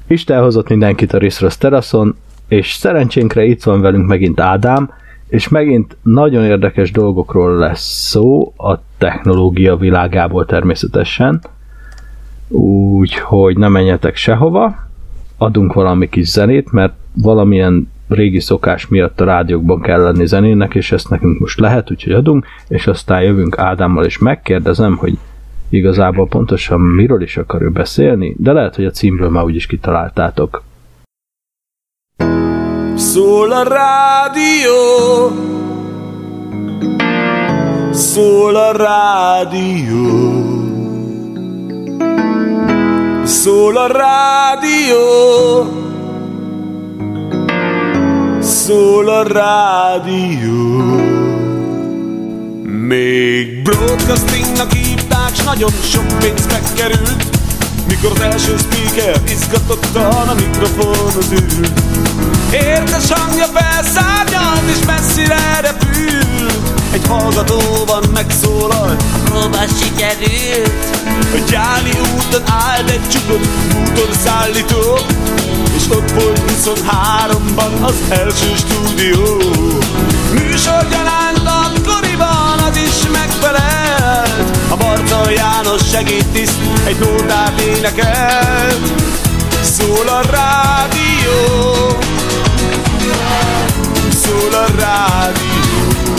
Isten hozott mindenkit a Riszrosz teraszon, és szerencsénkre itt van velünk megint Ádám, és megint nagyon érdekes dolgokról lesz szó, a technológia világából természetesen, úgyhogy ne menjetek sehova, adunk valami kis zenét, mert valamilyen régi szokás miatt a rádiókban kell lenni zenének, és ezt nekünk most lehet, úgyhogy adunk, és aztán jövünk Ádámmal, és megkérdezem, hogy igazából pontosan miről is akar ő beszélni, de lehet, hogy a címről már úgyis kitaláltátok. Szól a rádió, szól a rádió, szól a rádió, szól a rádió. Még broadcastingnak hívták, s nagyon sok pénz megkerült, mikor az első speaker izgatottan a mikrofonhoz ült. Értes hangja felszárnyalt és messzire repült, egy hallgatóban megszólalt, próbál sikerült. A gyári úton állt egy csukott bútorszállító, és ott volt 23-ban az első stúdió. Műsorgyanánt akkoriban az is megfelelt, a Barca János segédtiszt egy nótát énekelt. Szól a rádió, szól a rádió,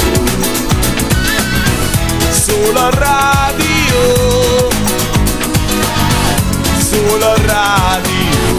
szól a rádió, szól a rádió.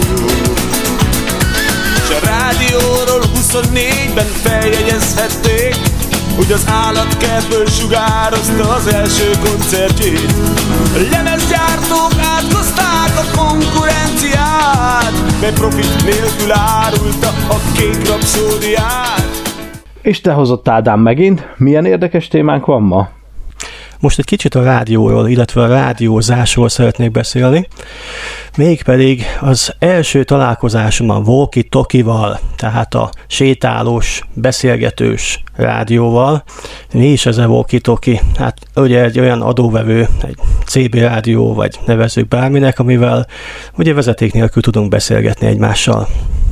S a rádióról 24-ben feljegyezhették, hogy az állatkertből sugározta az első koncertjét. A lemezgyártók átkozták a konkurenciát, de profit nélkül árulta a kék rapszódiát. És te hozott Ádám megint. Milyen érdekes témánk van ma? Most egy kicsit a rádióról, illetve a rádiózásról szeretnék beszélni, mégpedig az első találkozásom a walkie-talkie-val, tehát a sétálós, beszélgetős rádióval. Mi is ez a walkie-talkie? Hát ugye egy olyan adóvevő, egy CB rádió, vagy nevezzük bárminek, amivel ugye vezeték nélkül tudunk beszélgetni egymással.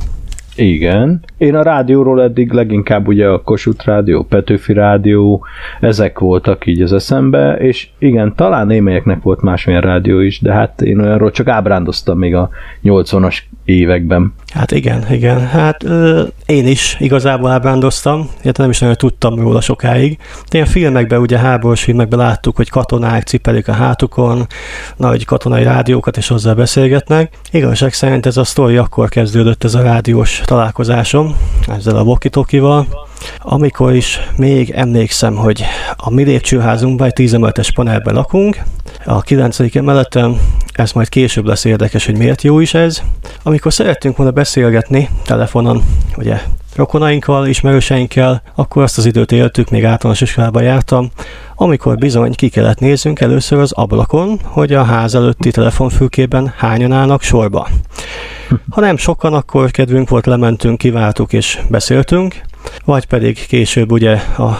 Igen. Én a rádióról eddig leginkább ugye a Kossuth rádió, Petőfi rádió, ezek voltak így az eszembe, és igen, talán némelyeknek volt másmilyen rádió is, de hát én olyanról csak ábrándoztam még a 80-as években. Hát igen. Hát én is igazából ábrándoztam, illetve nem is nagyon tudtam róla sokáig. De ilyen filmekben, ugye háborús filmekben láttuk, hogy katonák cipelik a hátukon, nagy katonai rádiókat és hozzá beszélgetnek. Igazság szerint ez a sztori akkor kezdődött, ez a rádiós találkozásom ezzel a walkie-talkie-val, amikor is még emlékszem, hogy a mi lépcsőházunkban egy 10 emeletes panelben lakunk, a 9. emeleten, ez majd később lesz érdekes, hogy miért jó is ez. Amikor szerettünk volna beszélgetni telefonon, ugye rokonainkkal, ismerőseinkkel, akkor azt az időt éltük, még általános iskolába jártam, amikor bizony ki kellett néznünk először az ablakon, hogy a ház előtti telefonfülkében hányan állnak sorba. Ha nem sokan, akkor kedvünk volt, lementünk, kiváltuk és beszéltünk, vagy pedig később ugye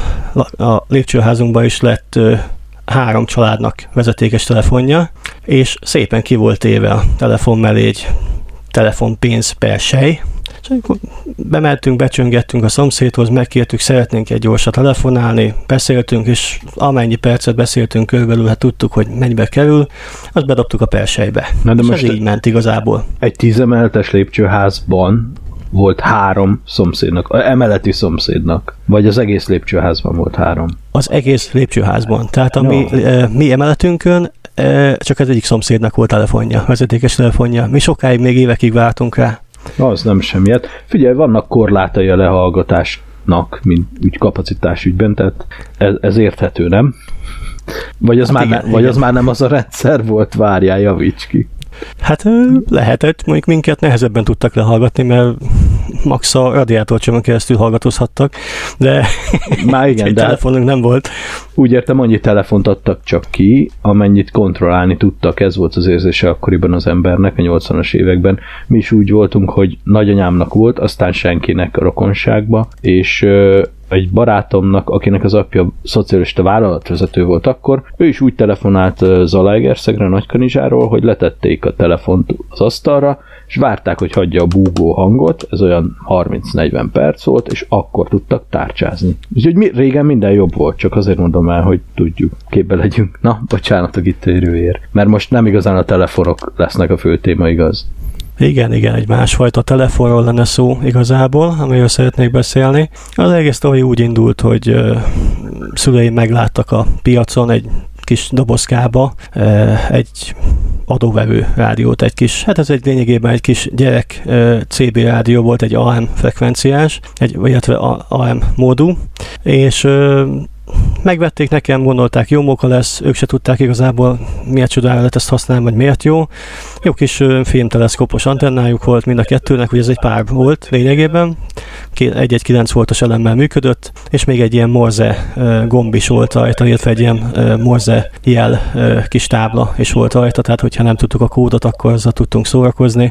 a lépcsőházunkban is lett 3 családnak vezetékes telefonja, és szépen ki volt téve a telefon mellé egy telefonpénz per sej. És akkor bementünk, becsöngettünk a szomszédhoz, megkértük, szeretnénk egy gyorsat telefonálni, beszéltünk, és amennyi percet beszéltünk körülbelül, hát tudtuk, hogy mennyibe kerül, azt bedobtuk a persejbe. Na de és most ez így ment igazából. Egy 10 emeletes lépcsőházban volt 3 szomszédnak, emeleti szomszédnak, vagy az egész lépcsőházban volt 3? Az egész lépcsőházban. Tehát a mi emeletünkön csak az egyik szomszédnak volt telefonja, vezetékes telefonja. Mi sokáig, még évekig vártunk rá. Az nem semmiet. Figyelj, vannak korlátai a lehallgatásnak, mint úgy kapacitásügyben, tehát ez érthető, nem? Vagy az, hát igen. Az már nem az a rendszer volt, várjál, javíts ki. Hát lehetett, mondjuk minket nehezebben tudtak lehallgatni, mert max a radiátorcsomon keresztül hallgatózhattak, de már igen, de telefonunk nem volt. Úgy értem, annyi telefont adtak csak ki, amennyit kontrollálni tudtak, ez volt az érzése akkoriban az embernek, a 80-as években. Mi is úgy voltunk, hogy nagyanyámnak volt, aztán senkinek a rokonságba, és egy barátomnak, akinek az apja szocialista vállalatvezető volt akkor, ő is úgy telefonált Zalaegerszegre, Nagykanizsáról, hogy letették a telefont az asztalra, és várták, hogy hagyja a búgó hangot, ez olyan 30-40 perc volt, és akkor tudtak tárcsázni. Úgyhogy régen minden jobb volt, csak azért mondom el, hogy tudjuk, képbe legyünk. Na, bocsánat a kitérőért. Mert most nem igazán a telefonok lesznek a fő téma, igaz? Igen, egy másfajta telefonról lenne szó igazából, amiről szeretnék beszélni. Az egész sztori úgy indult, hogy szüleim megláttak a piacon egy kis dobozkába egy adóvevő rádiót, ez egy lényegében egy kis gyerek CB rádió volt, egy AM frekvenciás, illetve AM módú, és megvették nekem, gondolták, jó móka lesz, ők se tudták igazából miért csodára lehet ezt használni, vagy miért jó. Jó kis filmteleszkópos antennájuk volt mind a kettőnek, hogy ez egy pár volt lényegében, egy 9 voltos elemmel működött, és még egy ilyen morze gomb is volt rajta, illetve egy ilyen morze jel kis tábla is volt rajta, tehát hogyha nem tudtuk a kódot, akkor azzal tudtunk szórakozni.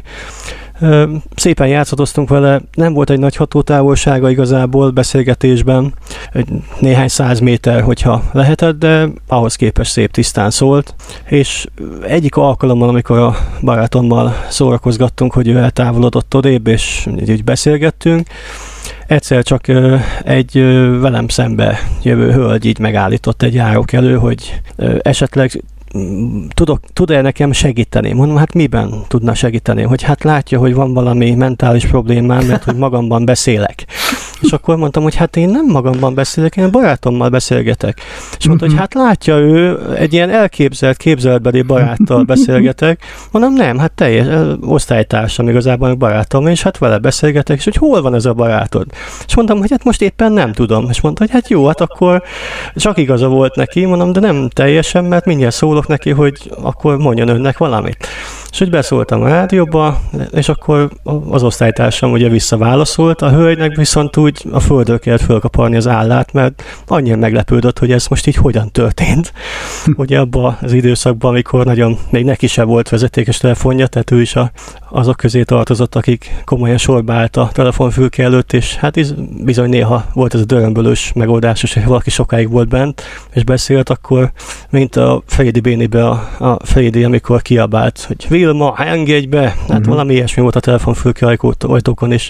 Szépen játszatoztunk vele, nem volt egy nagy hatótávolsága igazából beszélgetésben, néhány 100 méter, hogyha lehetett, de ahhoz képest szép tisztán szólt, és egyik alkalommal, amikor a barátommal szórakozgattunk, hogy ő eltávolodott odébb, és így beszélgettünk, egyszer csak egy velem szembe jövő hölgy így megállított egy járókelő, hogy esetleg tud-e nekem segíteni? Mondom, hát miben tudna segíteni? Hogy hát látja, hogy van valami mentális problémám, mert hogy magamban beszélek. És akkor mondtam, hogy hát én nem magamban beszélek, én a barátommal beszélgetek. És mondta, hogy hát látja ő, egy ilyen képzeletbeli baráttal beszélgetek. Mondom, nem, hát teljes osztálytársam igazából barátom, és hát vele beszélgetek, és hogy hol van ez a barátod? És mondtam, hogy hát most éppen nem tudom. És mondta, hogy hát jó, hát akkor csak igaza volt neki, mondom, de nem teljesen, mert mindjárt szólok neki, hogy akkor mondjon önnek valamit. És úgy beszóltam a rádióba, és akkor az osztálytársam ugye visszaválaszolt, a hölgynek viszont úgy a földről kellett fölkaparni az állát, mert annyira meglepődött, hogy ez most így hogyan történt. Ugye abban az időszakban, amikor nagyon, még neki sem volt vezetékes telefonja, tehát ő is azok közé tartozott, akik komolyan sorba állt a telefonfülke előtt, és hát bizony néha volt ez a dörömbölős megoldás, és valaki sokáig volt bent, és beszélt, akkor, mint a Freddy Bénibe a Freddy, amikor kiabált, hogy Vilma, engedj be! Hát valami ilyesmi volt a telefonfülke ajtókon is.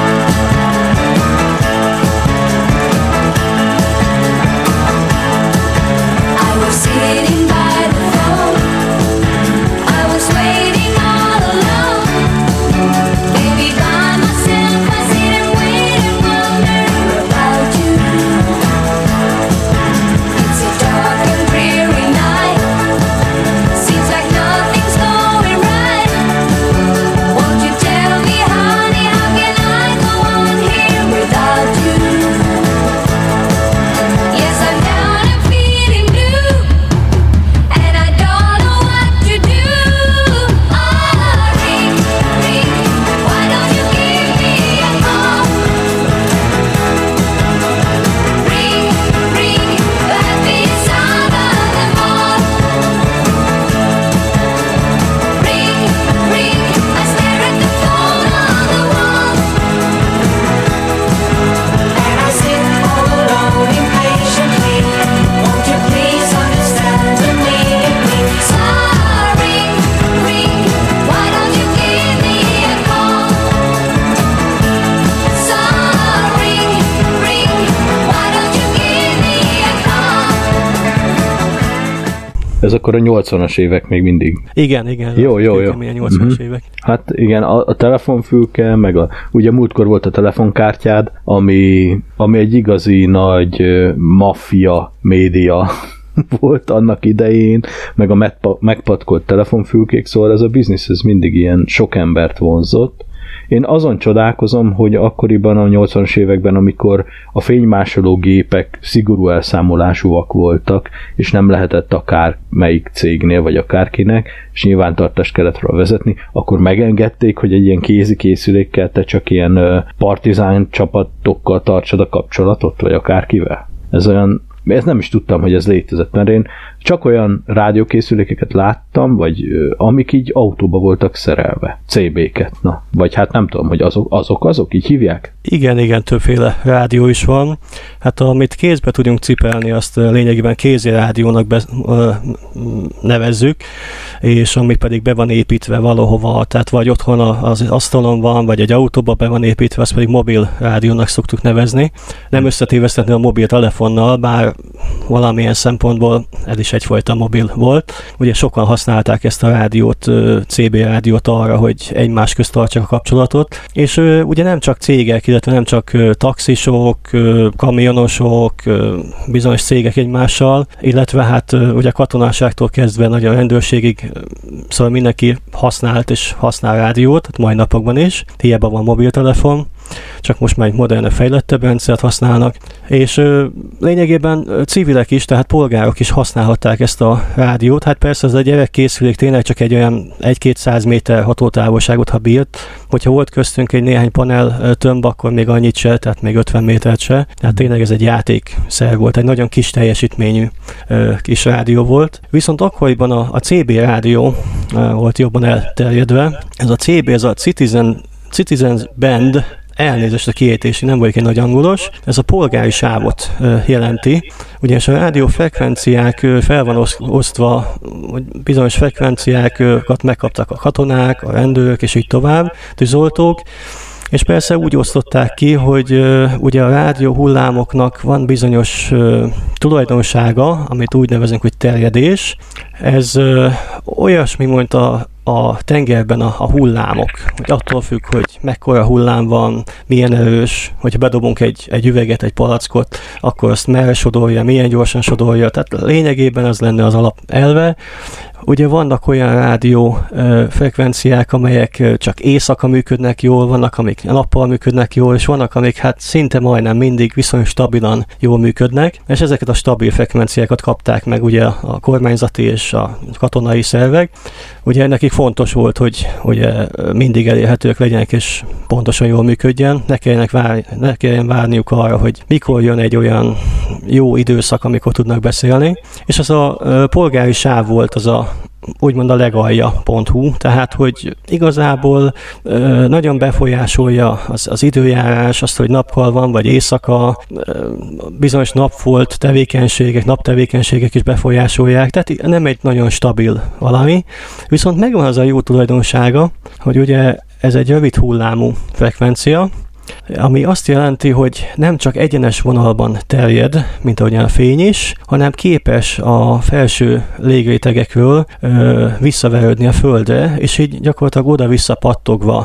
Ez akkor a 80-as évek még mindig. Igen. Jó. 80-as évek. Hát igen, a telefonfülke, meg ugye múltkor volt a telefonkártyád, ami egy igazi nagy maffia média volt annak idején, meg a megpatkolt telefonfülkék, szóval ez a biznisz ez mindig ilyen sok embert vonzott. Én azon csodálkozom, hogy akkoriban a 80-as években, amikor a fénymásoló gépek szigorú elszámolásúak voltak, és nem lehetett akár melyik cégnél, vagy akárkinek, és nyilvántartást kellett róla vezetni, akkor megengedték, hogy egy ilyen kézi készülékkel te csak ilyen partizán csapatokkal tartsad a kapcsolatot, vagy akárkivel. Ez nem is tudtam, hogy ez létezett, mert én Csak olyan rádiókészülékeket láttam, vagy amik így autóba voltak szerelve. CB-ket, na. Vagy hát nem tudom, hogy azok így hívják? Igen, többféle rádió is van. Hát amit kézbe tudjunk cipelni, azt lényegében kézi rádiónak nevezzük, és ami pedig be van építve valahova, tehát vagy otthon az asztalon van, vagy egy autóba be van építve, azt pedig mobil rádiónak szoktuk nevezni. Nem összetévesztetni a mobiltelefonnal, bár valamilyen szempontból ez is egyfajta mobil volt. Ugye sokan használták ezt a rádiót, CB rádiót arra, hogy egymás közt tartsák a kapcsolatot, és ugye nem csak cégek, illetve nem csak taxisok, kamionosok, bizonyos cégek egymással, illetve hát ugye katonaságtól kezdve nagyon rendőrségig, szóval mindenki használt és használ rádiót, hát mai napokban is, hiába van mobiltelefon, csak most már egy modern, fejlettebb rendszert használnak, és lényegében civilek is, tehát polgárok is használhatták ezt a rádiót. Hát persze ez a gyerekkészülék tényleg csak egy olyan 1-200 méter hatótávolságot, ha bírt. Hogyha volt köztünk egy néhány panel tömb, akkor még annyit se, tehát még 50 métert se. Tehát tényleg ez egy játékszer volt, egy nagyon kis teljesítményű kis rádió volt. Viszont akkoriban a CB rádió volt jobban elterjedve. Ez a CB, ez a Citizen Band, elnézést a kiejtési, nem vagyok egy nagy angolos, ez a polgári sávot jelenti, ugyanis a rádiófrekvenciák fel van osztva, hogy bizonyos frekvenciákat megkaptak a katonák, a rendőrök, és így tovább, tűzoltók, és persze úgy osztották ki, hogy ugye a rádió hullámoknak van bizonyos tulajdonsága, amit úgy nevezünk, hogy terjedés. Ez olyasmi, mint a tengerben a hullámok, hogy attól függ, hogy mekkora hullám van, milyen erős, hogyha bedobunk egy üveget, egy palackot, akkor azt merre sodorja, milyen gyorsan sodorja, tehát lényegében az lenne az alapelve. Ugye vannak olyan rádió frekvenciák, amelyek csak éjszaka működnek jól, vannak, amik nappal működnek jól, és vannak, amik hát szinte majdnem mindig viszonylag stabilan jól működnek, és ezeket a stabil frekvenciákat kapták meg ugye a kormányzati és a katonai szervek. Ugye nekik fontos volt, hogy ugye mindig elérhetőek legyenek, és pontosan jól működjen, ne kelljen várniuk arra, hogy mikor jön egy olyan jó időszak, amikor tudnak beszélni, és az a polgári sáv volt az úgymond a legalja.hu, tehát, hogy igazából nagyon befolyásolja az időjárás, azt, hogy nappal van, vagy éjszaka, bizonyos napfolt tevékenységek, naptevékenységek is befolyásolják, tehát nem egy nagyon stabil valami, viszont megvan az a jó tulajdonsága, hogy ugye ez egy rövid hullámú frekvencia, ami azt jelenti, hogy nem csak egyenes vonalban terjed, mint ahogyan a fény is, hanem képes a felső légrétegekről visszaverődni a Földre, és így gyakorlatilag oda-vissza pattogva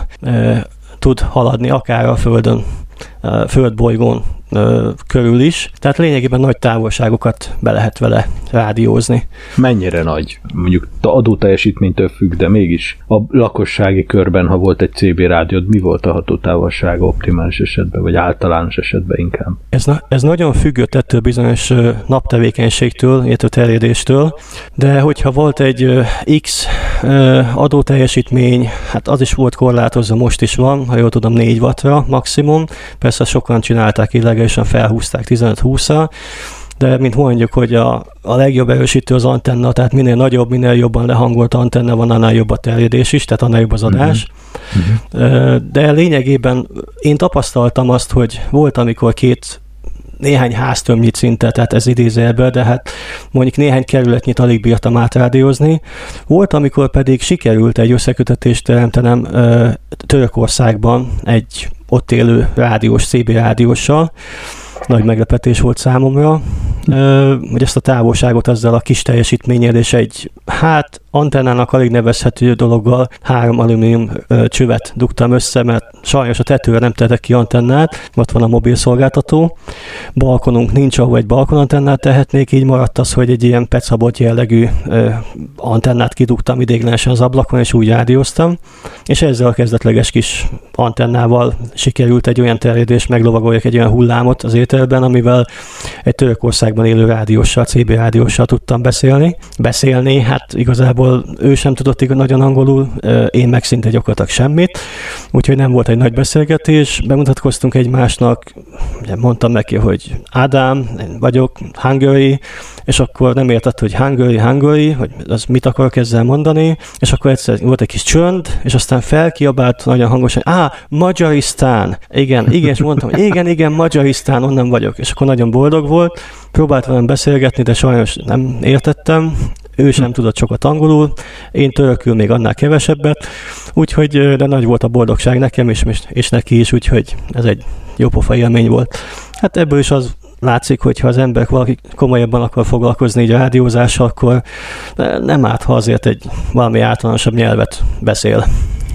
tud haladni akár a Földön, földbolygón körül is, tehát lényegében nagy távolságokat be lehet vele rádiózni. Mennyire nagy? Mondjuk adóteljesítménytől függ, de mégis a lakossági körben, ha volt egy CB rádiód, mi volt a hatótávolsága optimális esetben, vagy általános esetben inkább? Ez nagyon függött ettől bizonyos naptevékenységtől, illetve terjedéstől, de hogyha volt egy X adóteljesítmény, hát az is volt korlátozva, most is van, ha jól tudom 4 wattra maximum, persze sokan csinálták illegálisan, felhúzták 15-20-ra, de mint mondjuk, hogy a legjobb erősítő az antenna, tehát minél nagyobb, minél jobban lehangolt antenna van, annál jobb a terjedés is, tehát annál jobb az adás. De lényegében én tapasztaltam azt, hogy volt, amikor néhány háztömbnyit szinte, tehát ez idézőjelből, de hát mondjuk néhány kerületnyit alig bírtam átrádiózni. Volt, amikor pedig sikerült egy összekötetést teremtenem Törökországban egy ott élő rádiós, CB rádióssal. Nagy meglepetés volt számomra, hogy ezt a távolságot ezzel a kis teljesítménnyel és egy, antennának alig nevezhető dologgal 3 alumínium csövet dugtam össze, mert sajnos a tetőre nem tettek ki antennát, ott van a mobil szolgáltató. Balkonunk nincs, ahol egy balkonantennát tehetnék, így maradt az, hogy egy ilyen pecabot jellegű antennát kidugtam ideiglenesen az ablakon, és úgy rádióztam, és ezzel a kezdetleges kis antennával sikerült egy olyan terjedést meglovagoljak, egy olyan hullámot az éterben, amivel egy Törökországban élő rádióssal, CB rádióssal tudtam beszélni. hát igazából ő sem tudott nagyon angolul, én meg szinte gyakorlatilag semmit, úgyhogy nem volt egy nagy beszélgetés, bemutatkoztunk egymásnak, ugye mondtam neki, hogy Ádám, én vagyok, Hungary, és akkor nem értett, hogy Hungary, hogy az mit akarok ezzel mondani, és akkor egyszer volt egy kis csönd, és aztán felkiabált nagyon hangosan, Magyarisztán, igen, és mondtam, hogy igen, Magyarisztán, onnan vagyok, és akkor nagyon boldog volt, próbált velem beszélgetni, de sajnos nem értettem, ő sem tudott sokat angolul, én törökül még annál kevesebbet, úgyhogy de nagy volt a boldogság nekem és neki is, úgyhogy ez egy jópofa élmény volt. Hát ebből is az látszik, hogy ha az ember valaki komolyabban akar foglalkozni így a rádiózással, akkor nem árt, ha azért egy valami általánosabb nyelvet beszél.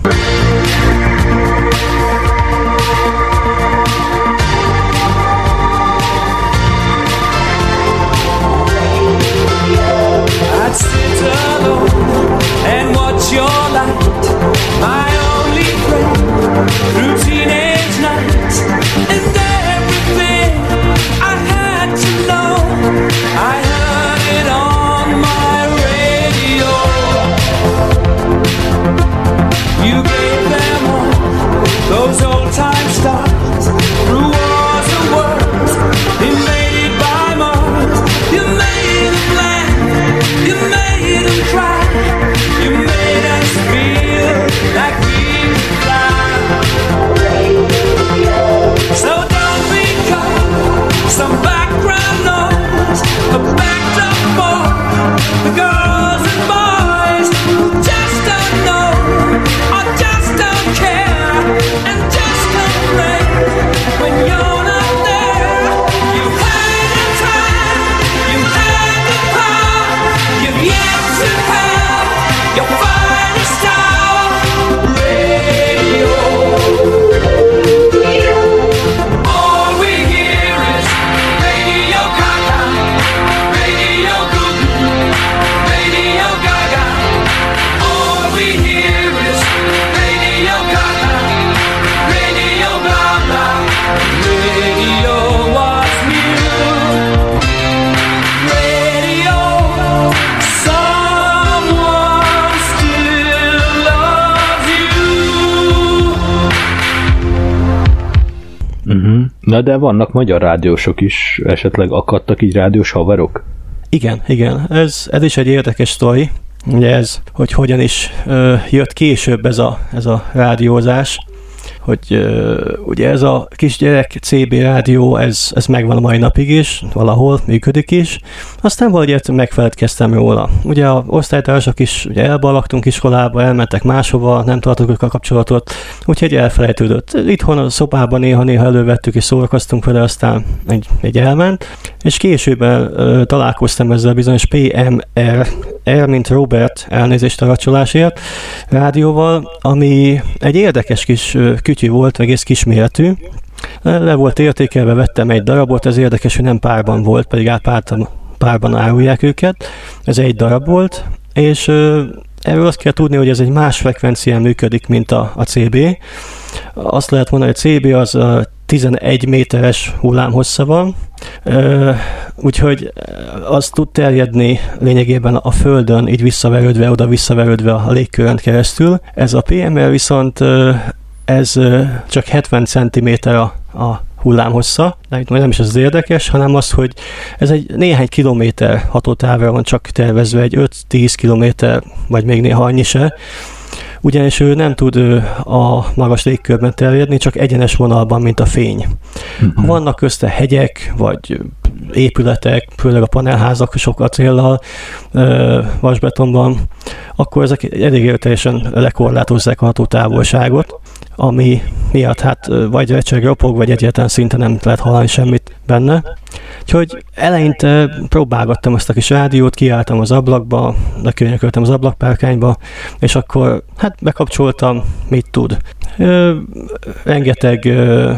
Na de vannak magyar rádiósok is, esetleg akadtak így rádiós haverok? Igen. Ez is egy érdekes sztori. Ugye ez, hogy hogyan is jött később ez a rádiózás, hogy ugye ez a kisgyerek CB rádió, ez megvan a mai napig is, valahol működik is. Aztán valahogy megfeledkeztem róla. Ugye a osztálytársak is ugye elbalagtunk iskolába, elmentek máshova, nem tartottuk a kapcsolatot, úgyhogy elfelejtődött. Itthon a szobában néha elővettük és szórakoztunk vele, aztán egy elment, és később találkoztam ezzel bizonyos PMR, mint Robert, elnézést a racsolásért, rádióval, ami egy érdekes kis kütyű volt, egész kisméretű. Le volt értékelve, vettem egy darabot, ez érdekes, hogy nem párban volt, pedig párban árulják őket. Ez egy darab volt, és erről azt kell tudni, hogy ez egy más frekvencián működik, mint a CB. Azt lehet mondani, hogy a CB az 11 méteres hullámhossza van, úgyhogy az tud terjedni lényegében a Földön, így visszaverődve, oda visszaverődve a légkörön keresztül. Ez a PMR viszont ez csak 70 cm a hullámhossza, de itt nem is az érdekes, hanem az, hogy ez egy néhány kilométer hatótávra van csak tervezve, egy 5-10 kilométer, vagy még néha annyi se, ugyanis ő nem tud a magas légkörben terjedni, csak egyenes vonalban, mint a fény. Ha vannak közte hegyek, vagy épületek, főleg a panelházak sok acéllal, vasbetonban, akkor ezek elég erőteljesen lekorlátozzák a hatótávolságot, ami miatt hát vagy recseg, ropog, vagy egyáltalán szinte nem lehet hallani semmit benne. Úgyhogy eleinte próbálgattam ezt a kis rádiót, kiálltam az ablakba, lekönyököltem az ablakpárkányba, és akkor hát bekapcsoltam, mit tud. Rengeteg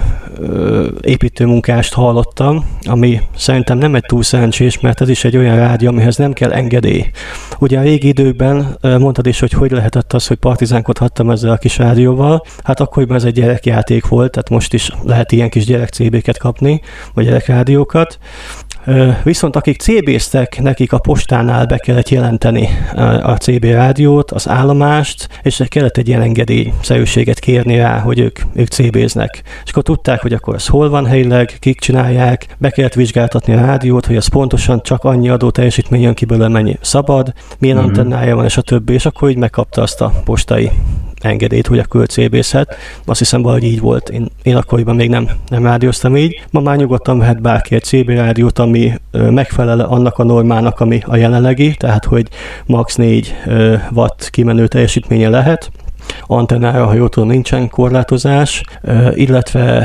építőmunkást hallottam, ami szerintem nem egy túl szerencsés, mert ez is egy olyan rádió, amihez nem kell engedély. Ugye a régi időkben mondtad is, hogy lehetett az, hogy partizánkodhattam ezzel a kis rádióval. Hát akkoriban ez egy gyerekjáték volt, tehát most is lehet ilyen kis gyerek CB-ket kapni, vagy gyerekrádiókat. Viszont akik CB-ztek, nekik a postánál be kellett jelenteni a CB rádiót, az állomást, és kellett egy ilyen engedélyszerűséget kérni rá, hogy ők CB-znek. És akkor tudták, hogy akkor az hol van helyileg, kik csinálják, be kellett vizsgáltatni a rádiót, hogy az pontosan csak annyi adó teljesítmény jön ki belőle, mennyi szabad, milyen antennája van, és a többi, és akkor így megkapta azt a postai engedélyt, hogy akkor CB-zhet. Azt hiszem, valahogy így volt. Én akkoriban még nem rádióztam így. Ma már nyugodtan vehet bárki egy CB rádiót, ami megfelel annak a normának, ami a jelenlegi, tehát hogy max. 4 watt kimenő teljesítménye lehet. Antennára, ha jól tudom, nincsen korlátozás, illetve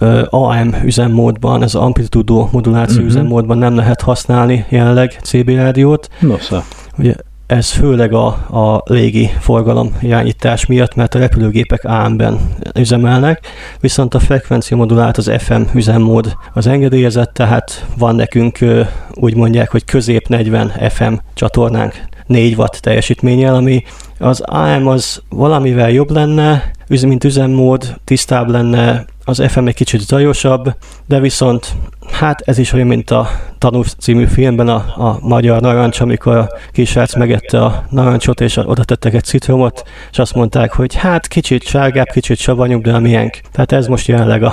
AM üzemmódban, ez az amplitudó moduláció üzemmódban nem lehet használni jelenleg CB rádiót. Nosza. Ugye ez főleg a légi forgalom irányítás miatt, mert a repülőgépek AM-ben üzemelnek, viszont a frekvencia modulált, az FM üzemmód az engedélyezett, tehát van nekünk, úgy mondják, hogy közép 40 FM csatornánk 4 watt teljesítménnyel, ami az AM az valamivel jobb lenne, mint üzemmód, tisztább lenne, az FM egy kicsit zajosabb, de viszont hát ez is olyan, mint a Tanú című filmben a magyar narancs, amikor a kisrác megette a narancsot, és oda tettek egy citromot, és azt mondták, hogy hát kicsit sárgább, kicsit savanyúbb, de a miénk. Tehát ez most jelenleg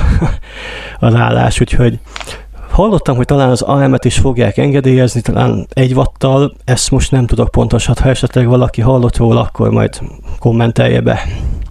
az állás, úgyhogy hallottam, hogy talán az AM-et is fogják engedélyezni, talán 1 watttal, ezt most nem tudok pontosan, ha esetleg valaki hallott róla, akkor majd kommentelje be.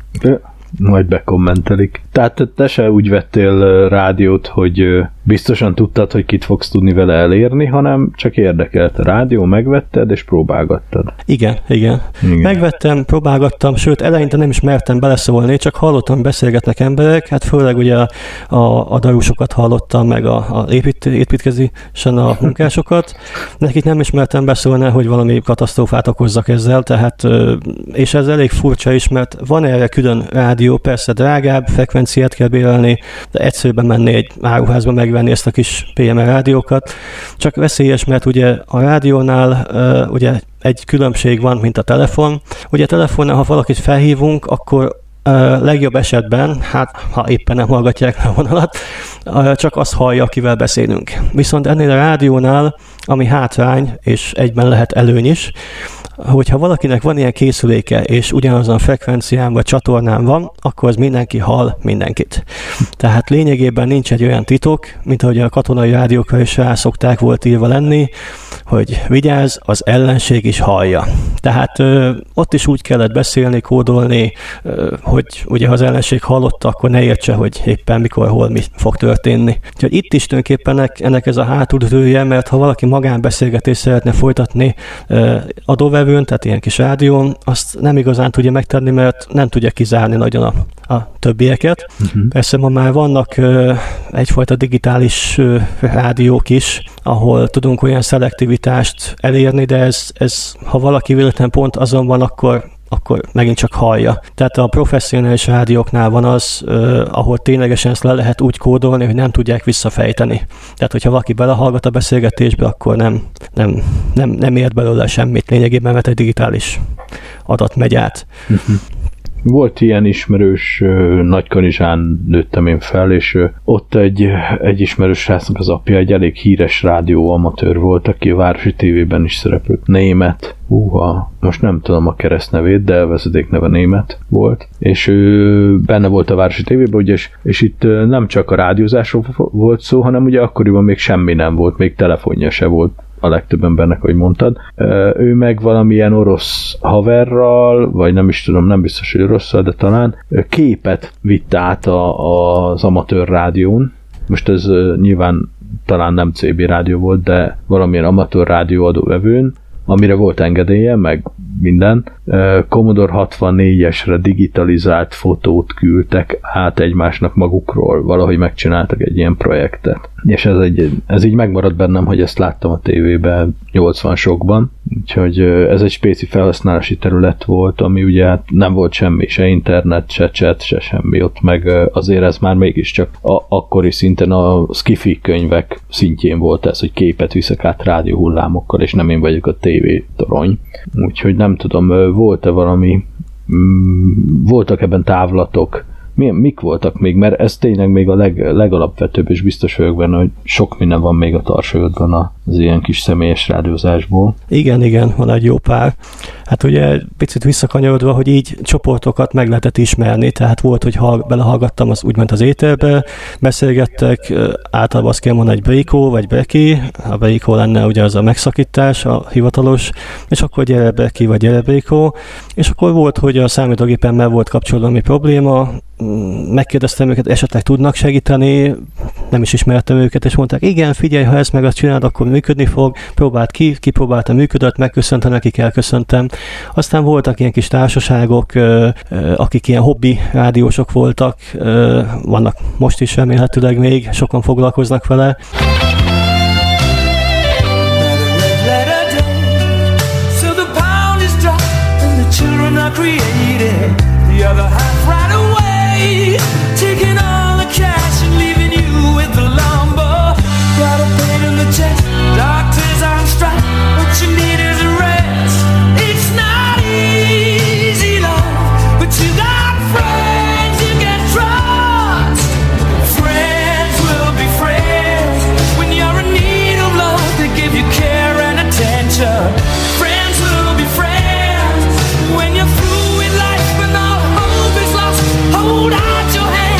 Majd bekommentelik. Tehát te se úgy vettél rádiót, hogy biztosan tudtad, hogy kit fogsz tudni vele elérni, hanem csak érdekelt a rádió, megvetted és próbálgattad. Igen. Megvettem, próbálgattam, sőt eleinte nem is mertem beleszólni, csak hallottam, hogy beszélgetnek emberek, hát főleg ugye a darusokat hallottam, meg a építkezésen a munkásokat. Nekik nem is mertem beszólni, hogy valami katasztrófát okozzak ezzel, tehát, és ez elég furcsa is, mert van erre külön rádió, persze drágább, frekvenciát kell bérelni, de egyszerűen menni egy áruházba megvenni ezt a kis PMR rádiókat. Csak veszélyes, mert ugye a rádiónál ugye egy különbség van, mint a telefon. Ugye a telefonnál, ha valakit felhívunk, akkor legjobb esetben, hát ha éppen nem hallgatják a vonalat, csak azt hallja, akivel beszélünk. Viszont ennél a rádiónál, ami hátrány, és egyben lehet előny is, hogyha valakinek van ilyen készüléke, és ugyanazon a frekvencián vagy csatornán van, akkor az mindenki hall mindenkit. Tehát lényegében nincs egy olyan titok, mint ahogy a katonai rádiókra is rá szokták volt írva lenni, hogy vigyázz, az ellenség is hallja. Tehát ott is úgy kellett beszélni, kódolni, hogy ugye ha az ellenség hallotta, akkor ne értse, hogy éppen mikor, hol mi fog történni. Úgyhogy itt is tulajdonképpen ennek ez a hátulütője, mert ha valaki magánbeszélgetést szeretne folytatni adóvevőn, tehát ilyen kis rádión, azt nem igazán tudja megtenni, mert nem tudja kizárni nagyon a többieket. Persze ma már vannak egyfajta digitális rádiók is, ahol tudunk olyan szelektivitást elérni, de ez ha valaki véletlen pont azon van, akkor megint csak hallja. Tehát a professzionális rádióknál van az, ahol ténylegesen ezt le lehet úgy kódolni, hogy nem tudják visszafejteni. Tehát, hogyha valaki belehallgat a beszélgetésbe, akkor nem ért belőle semmit lényegében, mert egy digitális adat megy át. Volt ilyen ismerős, Nagykanizsán nőttem én fel, és ott egy ismerős srácnak az apja egy elég híres rádióamatőr volt, aki a városi tévében is szerepelt. Német. Most nem tudom a keresztnevét, de vezetékneve Német volt. És ő benne volt a városi tévében, ugye, és itt nem csak a rádiózásról volt szó, hanem ugye akkoriban még semmi nem volt, még telefonja se volt a legtöbb embernek, ahogy mondtad. Ő meg valamilyen orosz haverral, vagy nem is tudom, nem biztos, hogy orosszal, de talán képet vitt át az amatőr rádión. Most ez nyilván talán nem CB rádió volt, de valamilyen amatőr rádió adóvevőn, amire volt engedélye, meg minden. Commodore 64-esre digitalizált fotót küldtek át egymásnak magukról, valahogy megcsináltak egy ilyen projektet. És ez így megmaradt bennem, hogy ezt láttam a tévében 80-sokban, úgyhogy ez egy spéci felhasználási terület volt, ami ugye hát nem volt semmi, se internet, se chat, se semmi ott, meg azért ez már mégiscsak akkori szinten a sci-fi könyvek szintjén volt ez, hogy képet viszek át rádióhullámokkal, és nem én vagyok a tévétorony. Úgyhogy nem tudom, volt-e valami, voltak ebben távlatok, mik voltak még, mert ez tényleg még a legalapvetőbb, és biztos vagyok benne, hogy sok minden van még a tarsolyodban az ilyen kis személyes rádiózásból. Igen, van egy jó pár. Hát ugye picit visszakanyarodva, hogy így csoportokat meg lehetett ismerni, tehát volt, hogy belehallgattam úgymond az ételbe, beszélgettek, általában azt kell mondani, egy Brikó vagy Breki, a Brikó lenne ugye az a megszakítás, a hivatalos, és akkor gyere Breki vagy gyere Brikó, és akkor volt, hogy a számítógépemmel volt kapcsolatban probléma, megkérdeztem őket, esetleg tudnak segíteni, nem is ismertem őket, és mondták, igen, figyelj, ha ezt meg azt csinálod, akkor működni fog, próbáld kipróbáltam, működött, megköszöntem, nekik elköszöntem. Aztán voltak ilyen kis társaságok, akik ilyen hobbi rádiósok voltak, vannak most is remélhetőleg még, sokan foglalkoznak vele. Taking all the cash and leaving you with the lumber. Got a pain in the chest, doctors on strike. What you need is a rest. It's not easy, love, but you got friends you can trust. Friends will be friends when you're in need of love. They give you care and attention. Friends will be friends when you're through with life and all hope is lost. Hold out your hand.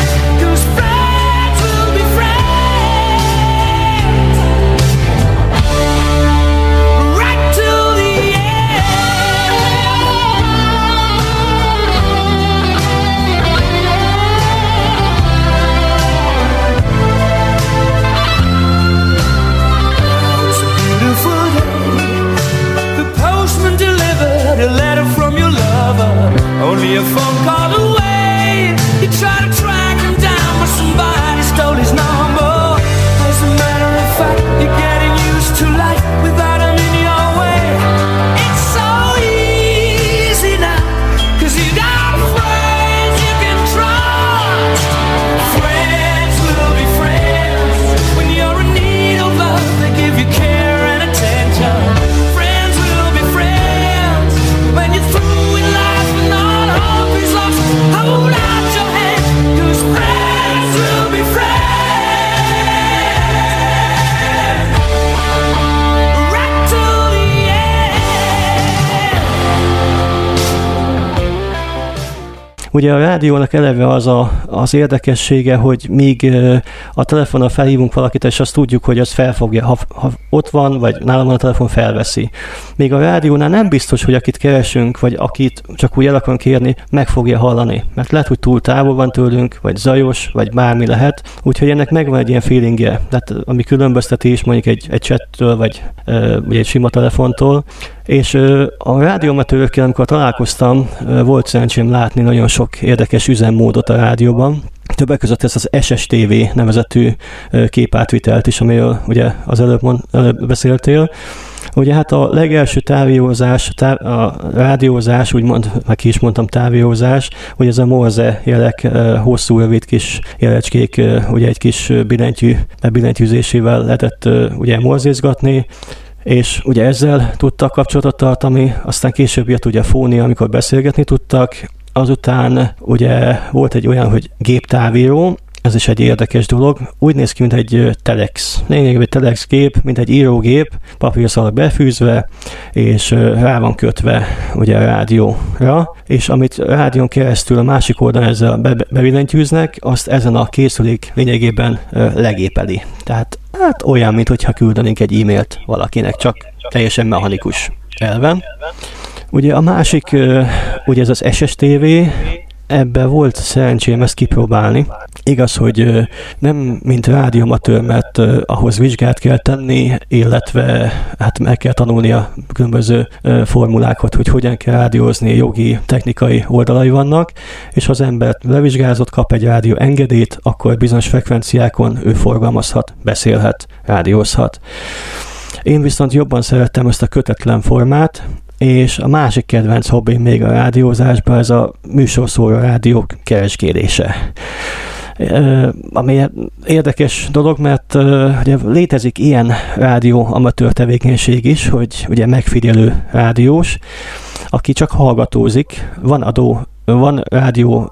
A letter from your lover, only a phone call away. You try to track him down, but somebody stole his number. As a matter of fact, you're getting used to life without him in your way. It's so easy now, 'cause you got friends you can trust. Friends will be friends when you're in need of love. They give you care and attention. When you're through in life and all hope is lost, hold out your hand, 'cause friends will be friends right till the end. Ugye a rádiónak eleve az érdekessége, hogy míg a telefonon felhívunk valakit, és azt tudjuk, hogy az felfogja, ha ott van, vagy nálam van a telefon, felveszi. Még a rádiónál nem biztos, hogy akit keresünk, vagy akit csak úgy el akarunk kérni, meg fogja hallani. Mert lehet, hogy túl távol van tőlünk, vagy zajos, vagy bármi lehet. Úgyhogy ennek megvan egy ilyen feelingje. Tehát ami különbözteti is mondjuk egy chattől, vagy egy sima telefontól. És a rádióamatőrökkel, amikor találkoztam, volt szerencsém látni nagyon sok érdekes üzemmódot a rádióban. Többek között ezt az SSTV nevezetű képátvitelt is, amiről ugye az előbb beszéltél. Ugye hát a legelső távirozás, a rádiózás, úgymond, meg ki is mondtam távirozás, hogy ez a Morse jelek, hosszú, rövid kis jelecskék, ugye egy kis billentyűzésével lehetett ugye morzézgatni, és ugye ezzel tudtak kapcsolatot tartani, aztán később jött ugye a fónia, amikor beszélgetni tudtak, azután ugye volt egy olyan, hogy géptávíró, ez is egy érdekes dolog, úgy néz ki, mint egy telex. Lényegében egy telex gép, mint egy írógép, papírszalag befűzve, és rá van kötve ugye a rádióra, és amit rádión keresztül a másik oldalon ezzel bebillentyűznek, azt ezen a készülék lényegében legépeli. Tehát hát olyan, mintha küldenénk egy e-mailt valakinek, csak teljesen mechanikus elven. Ugye a másik, ugye ez az SSTV, ebben volt szerencsém ezt kipróbálni. Igaz, hogy nem mint rádióamatőr, mert ahhoz vizsgát kell tenni, illetve hát meg kell tanulni a különböző formulákat, hogy hogyan kell rádiózni, jogi, technikai oldalai vannak, és ha az ember levizsgázott, kap egy rádió engedélyt, akkor bizonyos frekvenciákon ő forgalmazhat, beszélhet, rádiózhat. Én viszont jobban szerettem ezt a kötetlen formát, és a másik kedvenc hobbim még a rádiózásban ez a műsorszóró rádiók keresgélése. Ami érdekes dolog, mert ugye létezik ilyen rádió amatőr tevékenység is, hogy ugye megfigyelő rádiós, aki csak hallgatózik, van adó van rádió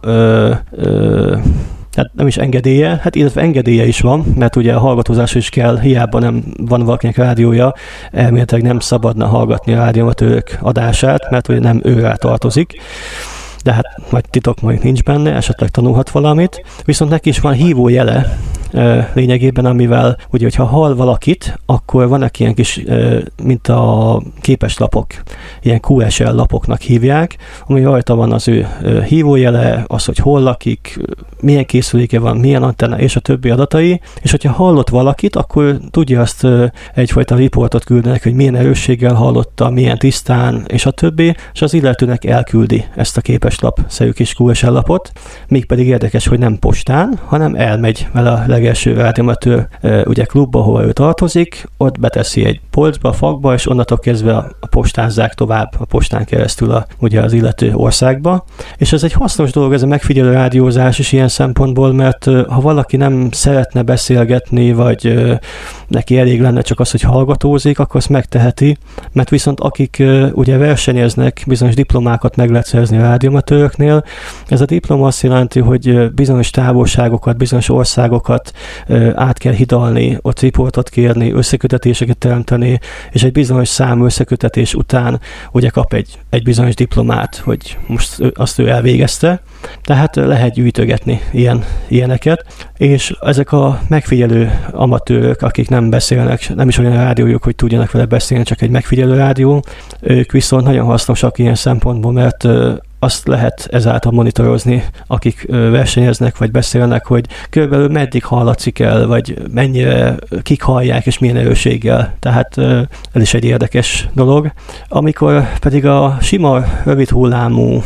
hát nem is engedélye, hát illetve engedélye is van, mert ugye a hallgatózás is kell, hiába nem van valakinek rádiója, elméletileg nem szabadna hallgatni a rádióamatőrök adását, mert ugye nem őrá tartozik. De hát majd titok majd nincs benne, esetleg tanulhat valamit. Viszont neki is van hívójele lényegében, amivel ugye, hogyha hall valakit, akkor vannak ilyen kis, mint a képeslapok, ilyen QSL lapoknak hívják, ami rajta van az ő hívójele, az, hogy hol lakik, milyen készüléke van, milyen antenna, és a többi adatai, és hogyha hallott valakit, akkor tudja azt egyfajta riportot küldenek, hogy milyen erősséggel hallotta, milyen tisztán, és a többi, és az illetőnek elküldi ezt a képeslap-szerű kis QSL lapot, mégpedig érdekes, hogy nem postán, hanem elmegy vele a legelső rádióamatőr ugye klubba, ahova ő tartozik, ott beteszi egy polcba, fakba, és onnantól kezdve a postázzák tovább a postán keresztül ugye az illető országba. És ez egy hasznos dolog, ez a megfigyelő rádiózás is ilyen szempontból, mert ha valaki nem szeretne beszélgetni, vagy neki elég lenne csak az, hogy hallgatózik, akkor azt megteheti, mert viszont akik ugye versenyeznek, bizonyos diplomákat meg lehet szerezni a rádióamatőröknél, ez a diploma azt jelenti, hogy bizonyos távolságokat, bizonyos országokat át kell hidalni, ott riportot kérni, összekötetéseket teremteni, és egy bizonyos számú összekötetés után ugye kap egy bizonyos diplomát, hogy most azt ő elvégezte. Tehát lehet gyűjtögetni ilyeneket, és ezek a megfigyelő amatőrök, akik nem beszélnek, nem is olyan rádiójuk, hogy tudjanak vele beszélni, csak egy megfigyelő rádió, ők viszont nagyon hasznosak ilyen szempontból, mert azt lehet ezáltal monitorozni, akik versenyeznek, vagy beszélnek, hogy körülbelül meddig hallatszik el, vagy mennyire kik hallják, és milyen erősséggel. Tehát ez is egy érdekes dolog. Amikor pedig a sima, rövid hullámú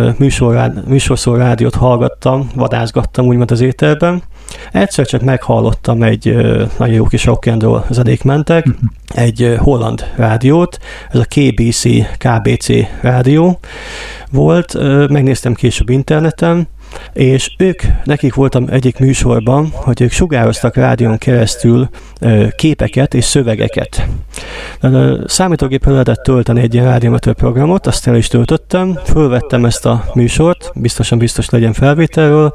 műsorszó rádiót hallgattam, vadászgattam úgymond az éterben, egyszer csak meghallottam egy nagyon jó kis rock and roll zenék mentek, egy holland rádiót, ez a KBC rádió volt, megnéztem később interneten, és nekik voltam egyik műsorban, hogy ők sugároztak rádión keresztül képeket és szövegeket. Számítógépre lehetett tölteni egy ilyen rádióamatőr programot, azt el is töltöttem, fölvettem ezt a műsort, biztos legyen felvételről,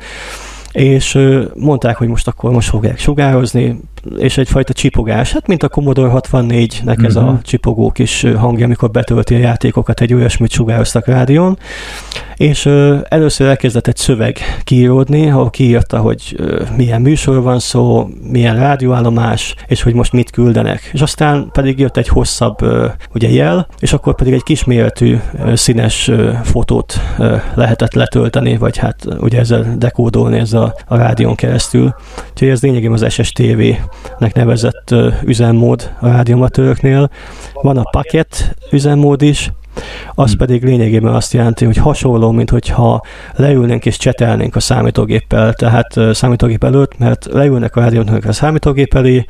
és mondták, hogy most fogják sugározni, és egyfajta csipogás, hát mint a Commodore 64-nek ez a csipogó kis hangja, amikor betölti a játékokat, egy olyasmit sugároztak rádión, és először elkezdett egy szöveg kiíródni, ahol kiírta, hogy milyen műsor van szó, milyen rádióállomás, és hogy most mit küldenek. És aztán pedig jött egy hosszabb ugye jel, és akkor pedig egy kisméretű színes fotót lehetett letölteni, vagy hát ugye ezzel dekódolni ezzel a rádión keresztül. Úgyhogy ez lényegében az SSTV-nek nevezett üzemmód a rádióamatőröknél. Van a paket üzemmód is, az pedig lényegében azt jelenti, hogy hasonló, mint hogyha leülnénk és csetelnénk a számítógéppel, tehát számítógép előtt, mert leülnek a rádiónak a számítógép elé,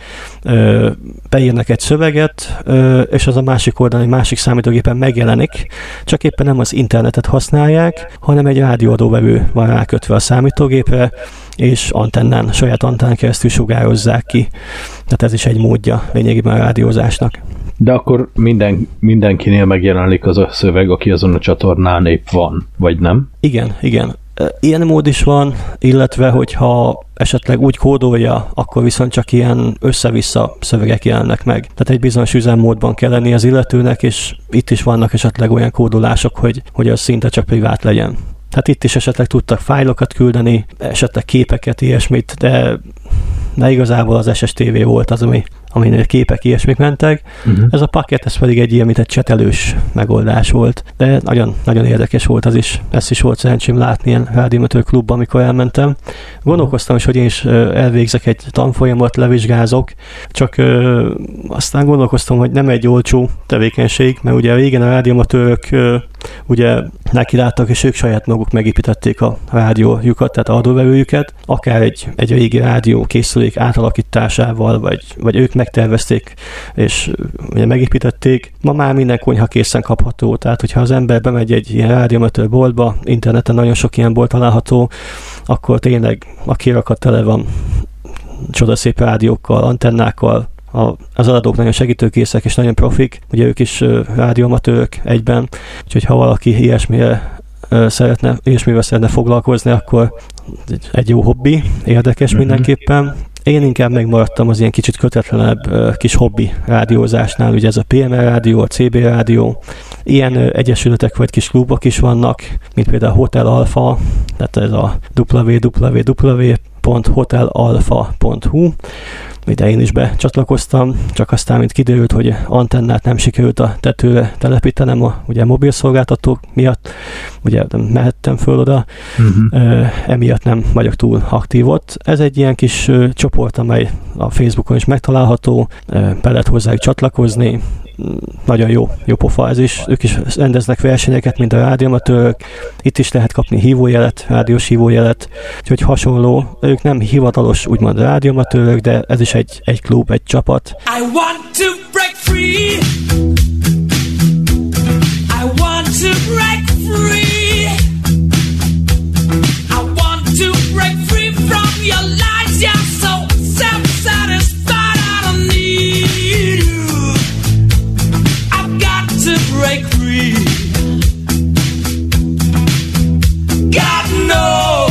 beírnak egy szöveget, és az a másik oldalon egy másik számítógépen megjelenik, csak éppen nem az internetet használják, hanem egy rádióadóvevő van rákötve a számítógépre, és saját antennán keresztül sugározzák ki. Tehát ez is egy módja lényegében a rádiózásnak. De akkor mindenkinél megjelenik az a szöveg, aki azon a csatornán épp van, vagy nem? Igen. Ilyen mód is van, illetve hogyha esetleg úgy kódolja, akkor viszont csak ilyen össze-vissza szövegek jelennek meg. Tehát egy bizonyos üzemmódban kell lenni az illetőnek, és itt is vannak esetleg olyan kódolások, hogy az szinte csak privát legyen. Tehát itt is esetleg tudtak fájlokat küldeni, esetleg képeket, ilyesmit, de igazából az SSTV volt az, aminél képek, ilyesmik mentek. Ez a paket, ez pedig egy ilyen, mint egy csetelős megoldás volt. De nagyon, nagyon érdekes volt az is. Ezt is volt szerencsém látni ilyen rádióamatőr klubban, amikor elmentem. Gondolkoztam is, hogy én is elvégzek egy tanfolyamot, levizsgázok, csak aztán gondolkoztam, hogy nem egy olcsó tevékenység, mert ugye régen a rádióamatőrök ugye nekiláttak, és ők saját maguk megépítették a rádiójukat, tehát adóvevőjüket, akár egy régi rádió készülék átalakításával, vagy ők megtervezték, és ugye megépítették. Ma már minden konyha készen kapható, tehát hogyha az ember bemegy egy ilyen rádióamatőr boltba, interneten nagyon sok ilyen bolt található, akkor tényleg a kirakat tele van csodaszép rádiókkal, antennákkal, az adók nagyon segítőkészek és nagyon profik, ugye ők is rádióamatőrök egyben, úgyhogy ha valaki ilyesmire szeretne foglalkozni, akkor egy jó hobbi, érdekes mindenképpen. Én inkább megmaradtam az ilyen kicsit kötetlenebb kis hobbi rádiózásnál, ugye ez a PMR rádió, a CB rádió, ilyen egyesületek vagy kis klubok is vannak, mint például Hotel Alpha, tehát ez a www.hotelalpha.hu, ide én is becsatlakoztam, csak aztán, mint kiderült, hogy antennát nem sikerült a tetőre telepítenem, ugye mobil szolgáltatók miatt, ugye nem mehettem föl oda, emiatt nem vagyok túl aktív ott. Ez egy ilyen kis csoport, amely a Facebookon is megtalálható, be lehet hozzájuk csatlakozni, nagyon jó pofa ez is. Ők is rendeznek versenyeket, mint a rádióamatőrök. Itt is lehet kapni hívójelet, rádiós hívójelet, úgyhogy hasonló. Ők nem hivatalos, úgymond rádióamatőrök, de ez is egy klub, egy csapat. I want to break free. I want to break free. I want to break free from your lies. You're so self-satisfied. I don't need you. To break free. God knows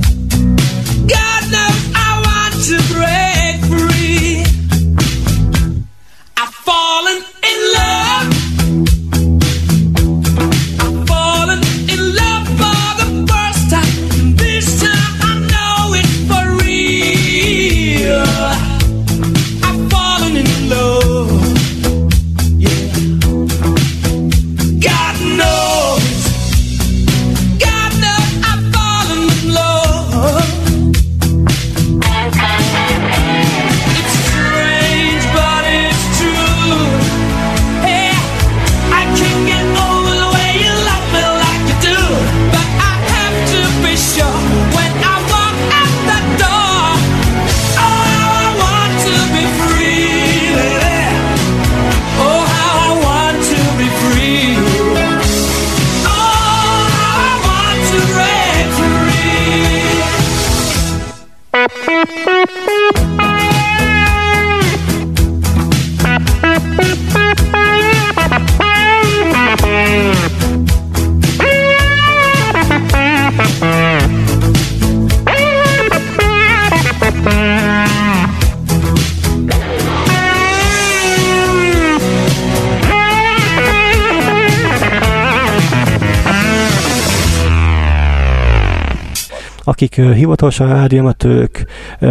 I want to break free. I've fallen in love. I've fallen in love for the first time. This time I know it's for real. I've fallen in love. Akik hivatalosan rádióamatőrök,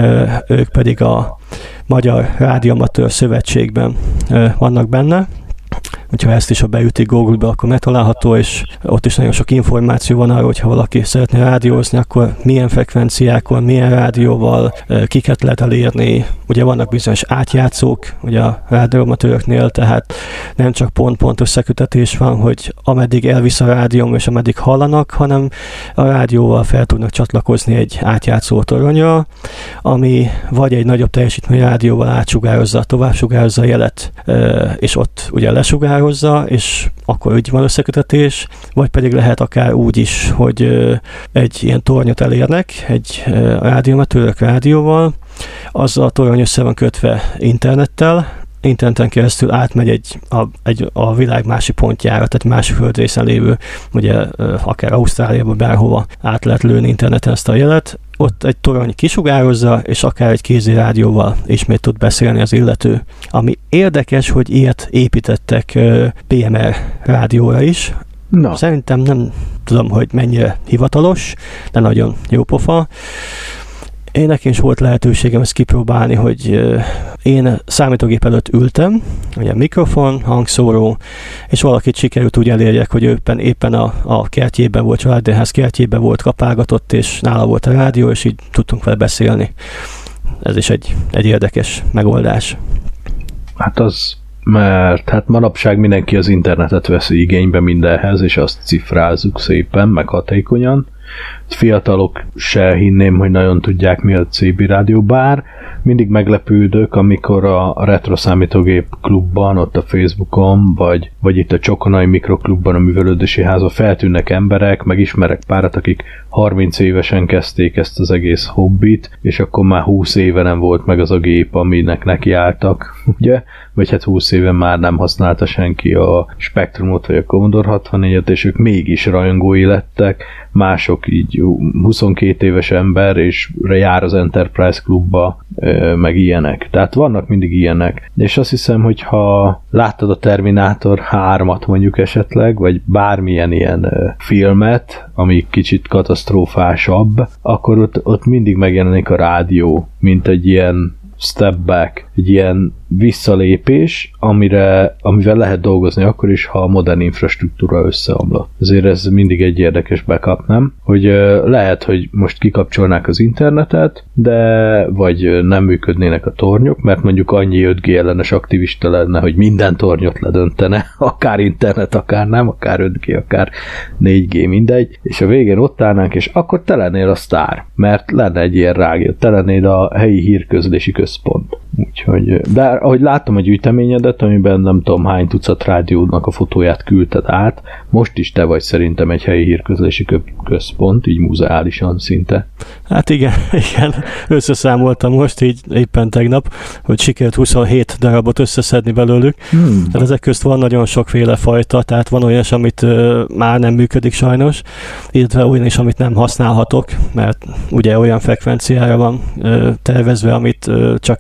ők pedig a Magyar Rádióamatőr Szövetségben vannak benne. Úgyhogy ezt is, ha beütik Google-be, akkor megtalálható, és ott is nagyon sok információ van arról, hogyha valaki szeretne rádiózni, akkor milyen frekvenciákon, milyen rádióval, kiket lehet elérni. Ugye vannak bizonyos átjátszók ugye a rádióamatőröknél, tehát nem csak pont-pont összekötetés van, hogy ameddig elvisz a rádióm és ameddig hallanak, hanem a rádióval fel tudnak csatlakozni egy átjátszó toronyra, ami vagy egy nagyobb teljesítményű rádióval átsugározza, továbbsugározza a jelet, és ott ugye lesugározza, és akkor úgy van összekötetés, vagy pedig lehet akár úgy is, hogy egy ilyen tornyot elérnek, egy rádióamatőrök rádióval, az a torony össze van kötve interneten keresztül átmegy a világ másik pontjára, tehát másik földrészen lévő, ugye akár Ausztráliában bárhova át lehet lőni interneten ezt a jelet, ott egy torony kisugározza, és akár egy kézi rádióval ismét tud beszélni az illető. Ami érdekes, hogy ilyet építettek PMR rádióra is. Na. Szerintem nem tudom, hogy mennyire hivatalos, de nagyon jó pofa. Én nekem is volt lehetőségem ezt kipróbálni, hogy én számítógép előtt ültem, ugye mikrofon, hangszóró, és valakit sikerült úgy elérjek, hogy éppen a kertjében volt, családház kertjében volt, kapálgatott, és nála volt a rádió, és így tudtunk vele beszélni. Ez is egy érdekes megoldás. Hát az, mert hát manapság mindenki az internetet veszi igénybe mindenhez, és azt cifrázzuk szépen, meg hatékonyan, Fiatalok se hinném, hogy nagyon tudják, mi a CB rádió, bár mindig meglepődök, amikor a Retro Számítógép klubban, ott a Facebookon, vagy itt a Csokonai Mikroklubban, a Művelődési Házban feltűnnek emberek, meg ismerek párat, akik 30 évesen kezdték ezt az egész hobbit, és akkor már 20 éve nem volt meg az a gép, aminek nekiálltak, ugye? Vagy hát 20 éve már nem használta senki a Spectrumot, vagy a Commodore 64-et, és ők mégis rajongói lettek, mások így 22 éves ember, és jár az Enterprise klubba, meg ilyenek. Tehát vannak mindig ilyenek. És azt hiszem, hogy ha láttad a Terminátor 3-at mondjuk esetleg, vagy bármilyen ilyen filmet, ami kicsit katasztrófásabb, akkor ott mindig megjelenik a rádió, mint egy ilyen step back, egy ilyen visszalépés, amivel lehet dolgozni akkor is, ha a modern infrastruktúra összeomlott. Ezért ez mindig egy érdekes backup, nem? Hogy lehet, hogy most kikapcsolnák az internetet, de vagy nem működnének a tornyok, mert mondjuk annyi 5G ellenes aktivista lenne, hogy minden tornyot ledöntene, akár internet, akár nem, akár 5G, akár 4G, mindegy, és a végén ott állnánk, és akkor te lennél a sztár, mert lenne egy ilyen rádió, te lennéd a helyi hírközlési központ. Úgyhogy, de ahogy láttam a gyűjteményedet, amiben nem tudom hány tucat rádiónak a fotóját küldted át, most is te vagy szerintem egy helyi hírközlési központ, így muzeálisan szinte. Hát igen, összeszámoltam most, így éppen tegnap, hogy sikerült 27 darabot összeszedni belőlük. Tehát ezek közt van nagyon sokféle fajta, tehát van olyan is, amit már nem működik sajnos, illetve olyan is, amit nem használhatok, mert ugye olyan frekvenciára van tervezve, amit csak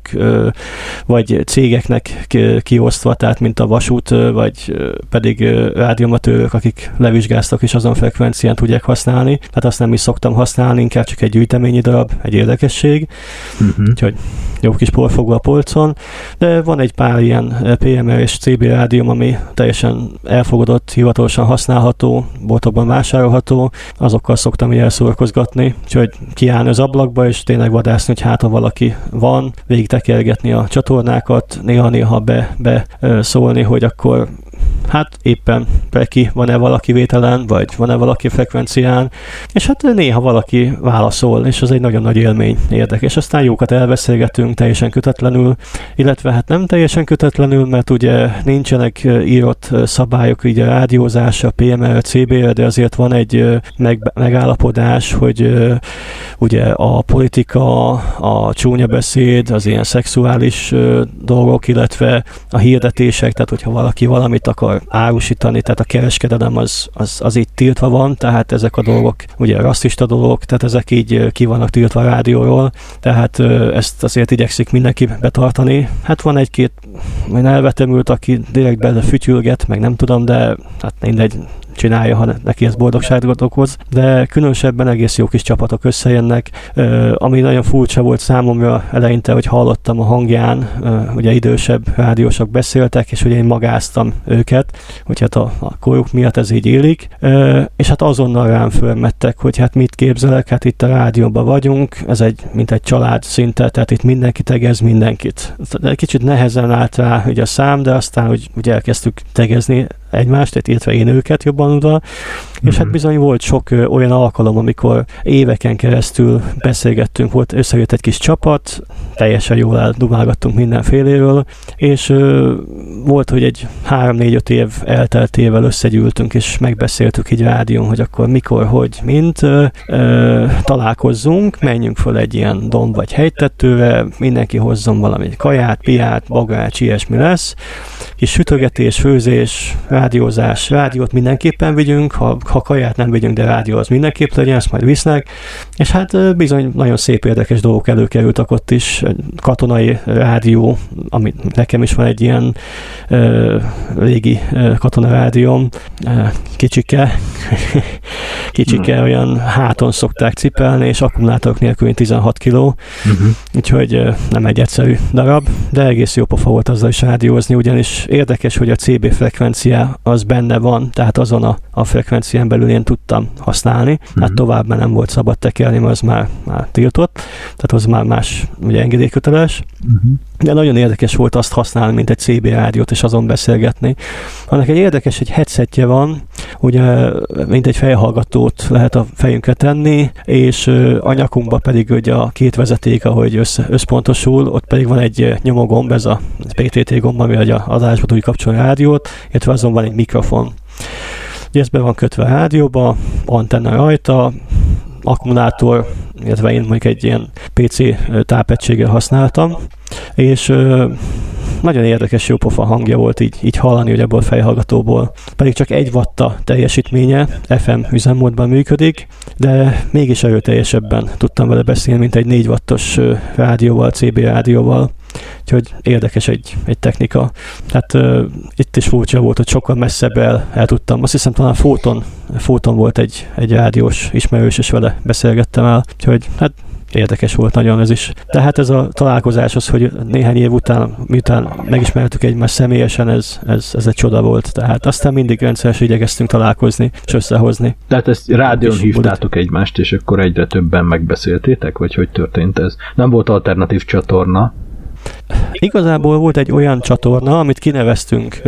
vagy cégeknek kiosztva, tehát mint a vasút, vagy pedig rádióamatőrök, akik levizsgáztak és azon frekvencián tudják használni. Tehát azt nem is szoktam használni, inkább csak egy gyűjteményi darab, egy érdekesség. Úgyhogy jó kis porfogó a polcon. De van egy pár ilyen PMR és CB rádióm, ami teljesen elfogadott, hivatalosan használható, boltokban vásárolható, azokkal szoktam így elszórkozgatni, úgyhogy kiállni az ablakba, és tényleg vadászni, hogy hát ha valaki van, végig tekergetni a csatornákat, néha be szólni, hogy akkor hát éppen preki, van-e valaki vételen, vagy van-e valaki frekvencián, és hát néha valaki válaszol, és az egy nagyon nagy élmény, érdekes. Aztán jókat elbeszélgetünk teljesen kötetlenül, illetve hát nem teljesen kötetlenül, mert ugye nincsenek írott szabályok így a rádiózásra, PMR, CBR, de azért van egy megállapodás, hogy ugye a politika, a csúnya beszéd, az ilyen szexuális dolgok, illetve a hirdetések, tehát hogyha valaki valamit akar árusítani, tehát a kereskedelem az így tiltva van, tehát ezek a dolgok, ugye rasszista dolgok, tehát ezek így ki vannak tiltva a rádióról, tehát ezt azért igyekszik mindenki betartani. Hát van egy-két elvetemült, aki direkt belefütyülget, meg nem tudom, de hát mindegy, csinálja, ha neki ez boldogságot okoz, de különösebben egész jó kis csapatok összejönnek, ami nagyon furcsa volt számomra eleinte, hogy hallottam a hangján, ugye idősebb rádiósok beszéltek, és ugye én magáztam őket, hogy hát a koruk miatt ez így élik, és hát azonnal rám fölmettek, hogy hát mit képzelek, hát itt a rádióban vagyunk, ez mint egy család szinte, tehát itt mindenki tegez mindenkit. De kicsit nehezen állt rá ugye a szám, de aztán ugye elkezdtük tegezni egymást, illetve én őket jobban oda, és hát bizony volt sok olyan alkalom, amikor éveken keresztül beszélgettünk, összejött egy kis csapat, teljesen jól eldumálgattunk mindenféléről, és volt, hogy egy 3-4-5 év elteltével összegyűltünk, és megbeszéltük így rádión, hogy akkor mikor, hogy, mint találkozzunk, menjünk föl egy ilyen domb vagy hegytetőre, mindenki hozzon valami kaját, piát, bagács, ilyesmi lesz, kis sütögetés, főzés, rádiózás, rádiót mindenképpen vigyünk, ha kaját nem vigyünk, de rádió az mindenképp legyen, ezt majd visznek, és hát bizony nagyon szép érdekes dolgok előkerültek ott is, katonai rádió, ami nekem is van egy ilyen régi katonarádióm, kicsike, olyan háton szokták cipelni, és akkumulátorok nélkül 16 kiló, úgyhogy nem egy egyszerű darab, de egész jó pofa volt azzal is rádiózni, ugyanis érdekes, hogy a CB frekvencia az benne van, tehát azon a frekvencián frekvencián belül én tudtam használni, hát tovább már nem volt szabad tekerni, mert az már tiltott, tehát az már más ugye engedélyköteles. De nagyon érdekes volt azt használni, mint egy CB rádiót, és azon beszélgetni. Annak egy érdekes, egy headsetje van, ugye, mint egy fejhallgatót lehet a fejünkre tenni, és a nyakunkba pedig ugye a két vezeték, ahogy összpontosul, ott pedig van egy nyomógomb, ez a PTT gomb, ami az adásba tudja kapcsolni a rádiót, illetve azon van egy mikrofon. Ugye ez be van kötve a rádióba, antenna rajta, akkumulátor, illetve én mondjuk egy ilyen PC tápegységgel használtam, és nagyon érdekes, jópofa hangja volt így hallani, hogy ebből a fejhallgatóból. Pedig csak 1 watta teljesítménye, FM üzemmódban működik, de mégis erőteljesebben tudtam vele beszélni, mint egy 4 wattos rádióval, CB rádióval. Úgyhogy érdekes egy technika. Tehát itt is furcsa volt, hogy sokkal messzebb el tudtam. Azt hiszem talán Fóton volt egy rádiós ismerős, és vele beszélgettem el. Úgyhogy hát érdekes volt nagyon ez is. Tehát ez a találkozás az, hogy néhány év után, miután megismertük egymást személyesen, ez egy csoda volt. Tehát aztán mindig rendszeresen igyekeztünk találkozni és összehozni. Tehát ezt rádión hívtátok egymást, és akkor egyre többen megbeszéltétek? Vagy hogy történt ez? Nem volt alternatív csatorna? Igazából volt egy olyan csatorna, amit kineveztünk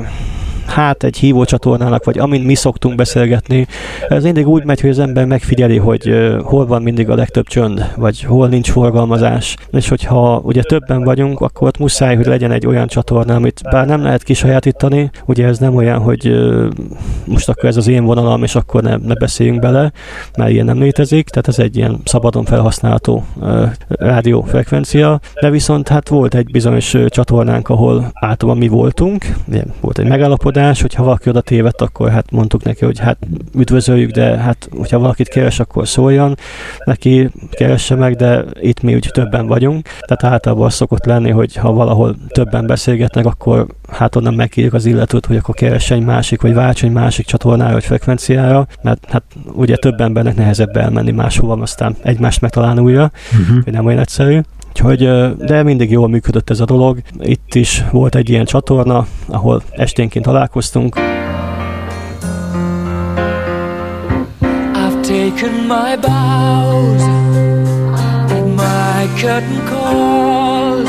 egy hívócsatornának, vagy amint mi szoktunk beszélgetni. Ez mindig úgy megy, hogy az ember megfigyeli, hogy hol van mindig a legtöbb csönd, vagy hol nincs forgalmazás. És hogyha ugye többen vagyunk, akkor ott muszáj, hogy legyen egy olyan csatorna, amit bár nem lehet kisajátítani, ugye ez nem olyan, hogy most akkor ez az én vonalam, és akkor ne beszéljünk bele, mert ilyen nem létezik, tehát ez egy ilyen szabadon felhasználható rádiófrekvencia, de viszont hát volt egy bizonyos csatornánk, ahol általában mi voltunk, volt egy megállapodás, hogyha valaki oda tévedt, akkor hát mondtuk neki, hogy hát üdvözöljük, de hát hogyha valakit keres, akkor szóljon neki, keresse meg, de itt mi úgy többen vagyunk. Tehát általában az szokott lenni, hogy ha valahol többen beszélgetnek, akkor hát onnan megkérjük az illetőt, hogy akkor keresse egy másik, vagy váltson egy másik csatornára, vagy frekvenciára, mert hát ugye több embernek nehezebb elmenni máshova, aztán egymást megtalálni újra, hogy nem olyan egyszerű. Úgyhogy, de mindig jól működött ez a dolog. Itt is volt egy ilyen csatorna, ahol esténként találkoztunk. I've taken my bows, my curtain calls.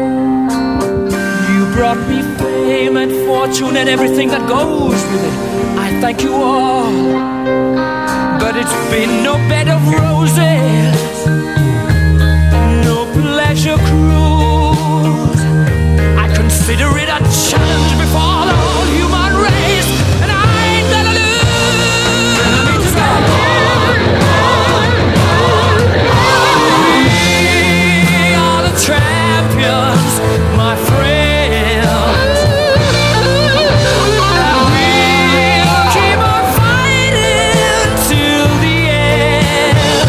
You brought me fame and fortune and everything that goes with it. I thank you all, but it's been no bed of roses. Pleasure cruise. I consider it a challenge before the whole human race, and I ain't gonna lose. And I need to go We are the champions, my friends. And we'll keep on fighting till the end.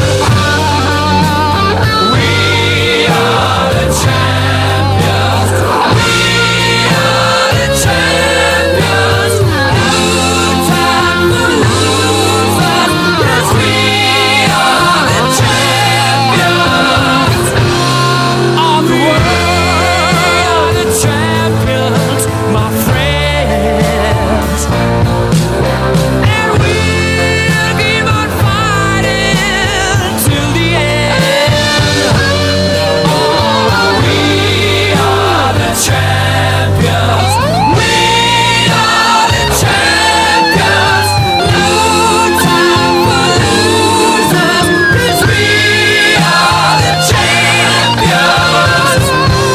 We are the champions. We are the champions. No time for losers, 'cause we are the champions of the world. The champions, my friends. And we'll keep on fighting till the end. Oh, we are the champions. We are the champions. No time for losers, 'cause we are the champions.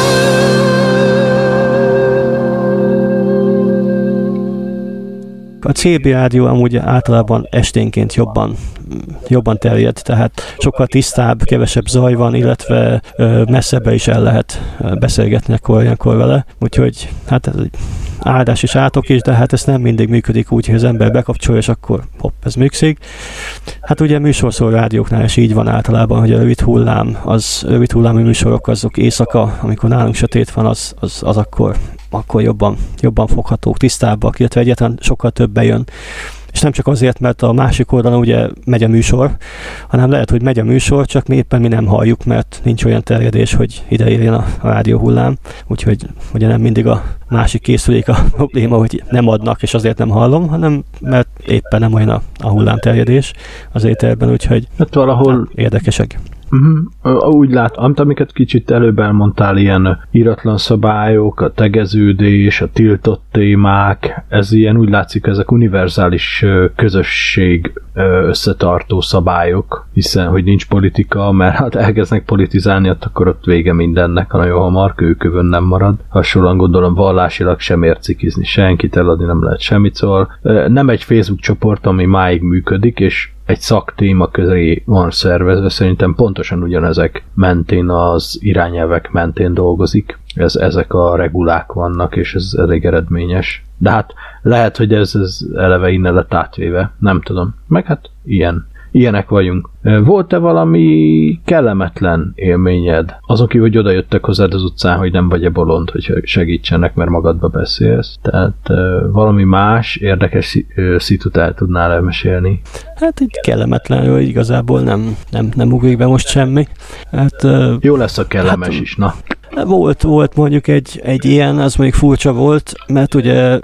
A CB rádió amúgy általában esténként jobban terjed, tehát sokkal tisztább, kevesebb zaj van, illetve messzebbre is el lehet beszélgetni akkor olyankor vele. Úgyhogy hát ez egy áldás és átok is, de hát ez nem mindig működik úgy, hogy az ember bekapcsolja, és akkor hopp, ez működik. Hát ugye műsorszóró rádióknál is így van általában, hogy a rövid hullámú műsorok azok éjszaka, amikor nálunk sötét van, az akkor jobban foghatók, tisztábbak, illetve egyáltalán sokkal több bejön. És nem csak azért, mert a másik oldalon ugye megy a műsor, hanem lehet, hogy megy a műsor, csak mi nem halljuk, mert nincs olyan terjedés, hogy ide érjen a rádióhullám. Úgyhogy ugye nem mindig a másik készülék a probléma, hogy nem adnak, és azért nem hallom, hanem mert éppen nem olyan a hullámterjedés az éterben, úgyhogy hát valahol érdekesek. Úgy látom, amiket kicsit előbb elmondtál, ilyen íratlan szabályok, a tegeződés, a tiltott témák, ez ilyen úgy látszik, ezek univerzális közösség összetartó szabályok, hiszen, hogy nincs politika, mert hát elkezdnek politizálni, akkor ott vége mindennek, nagyon hamar, kőkövön nem marad. Hasonlóan gondolom vallásilag sem ér cikizni senkit, eladni nem lehet semmit, szóval nem egy Facebook csoport, ami máig működik, és egy szaktéma közé van szervezve, szerintem pontosan ugyanezek mentén, az irányelvek mentén dolgozik. Ezek a regulák vannak, és ez elég eredményes. De hát lehet, hogy ez eleve innen lett átvéve, nem tudom. Meg hát ilyenek vagyunk. Volt-e valami kellemetlen élményed? Azon kívül, hogy odajöttek hozzád az utcán, hogy nem vagy-e bolond, hogy segítsenek, mert magadba beszélsz. Tehát valami más érdekes szitut el tudnál elmesélni? Hát így kellemetlenről igazából nem ugrik be most semmi. Hát, jó lesz a kellemes is, na. Volt mondjuk egy ilyen, az mondjuk furcsa volt, mert ugye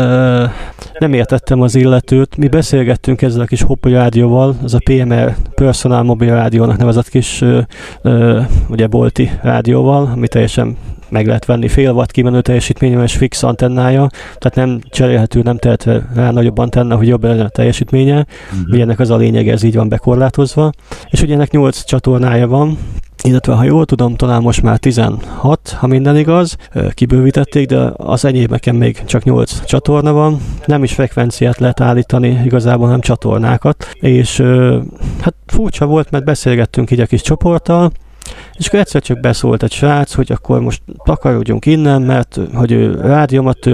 nem értettem az illetőt. Mi beszélgettünk ezzel a kis Hopi rádióval, az a PMR Personal Mobile Rádiónak nevezett kis ugye bolti rádióval, ami teljesen meg lehet venni, fél watt kimenő teljesítményű és fix antennája, tehát nem cserélhető, nem tehetve rá nagyobb antenna, hogy jobb legyen a teljesítménye. Ugye ennek az a lényeg, ez így van bekorlátozva. És ugye ennek 8 csatornája van, illetve ha jól tudom, talán most már 16, ha minden igaz, kibővítették, de az enyémeken még csak 8 csatorna van, nem is frekvenciát lehet állítani, igazából nem csatornákat, és hát furcsa volt, mert beszélgettünk így a kis csoporttal, és akkor egyszer csak beszólt egy srác, hogy akkor most takarodjunk innen, mert hogy ő rádiómat,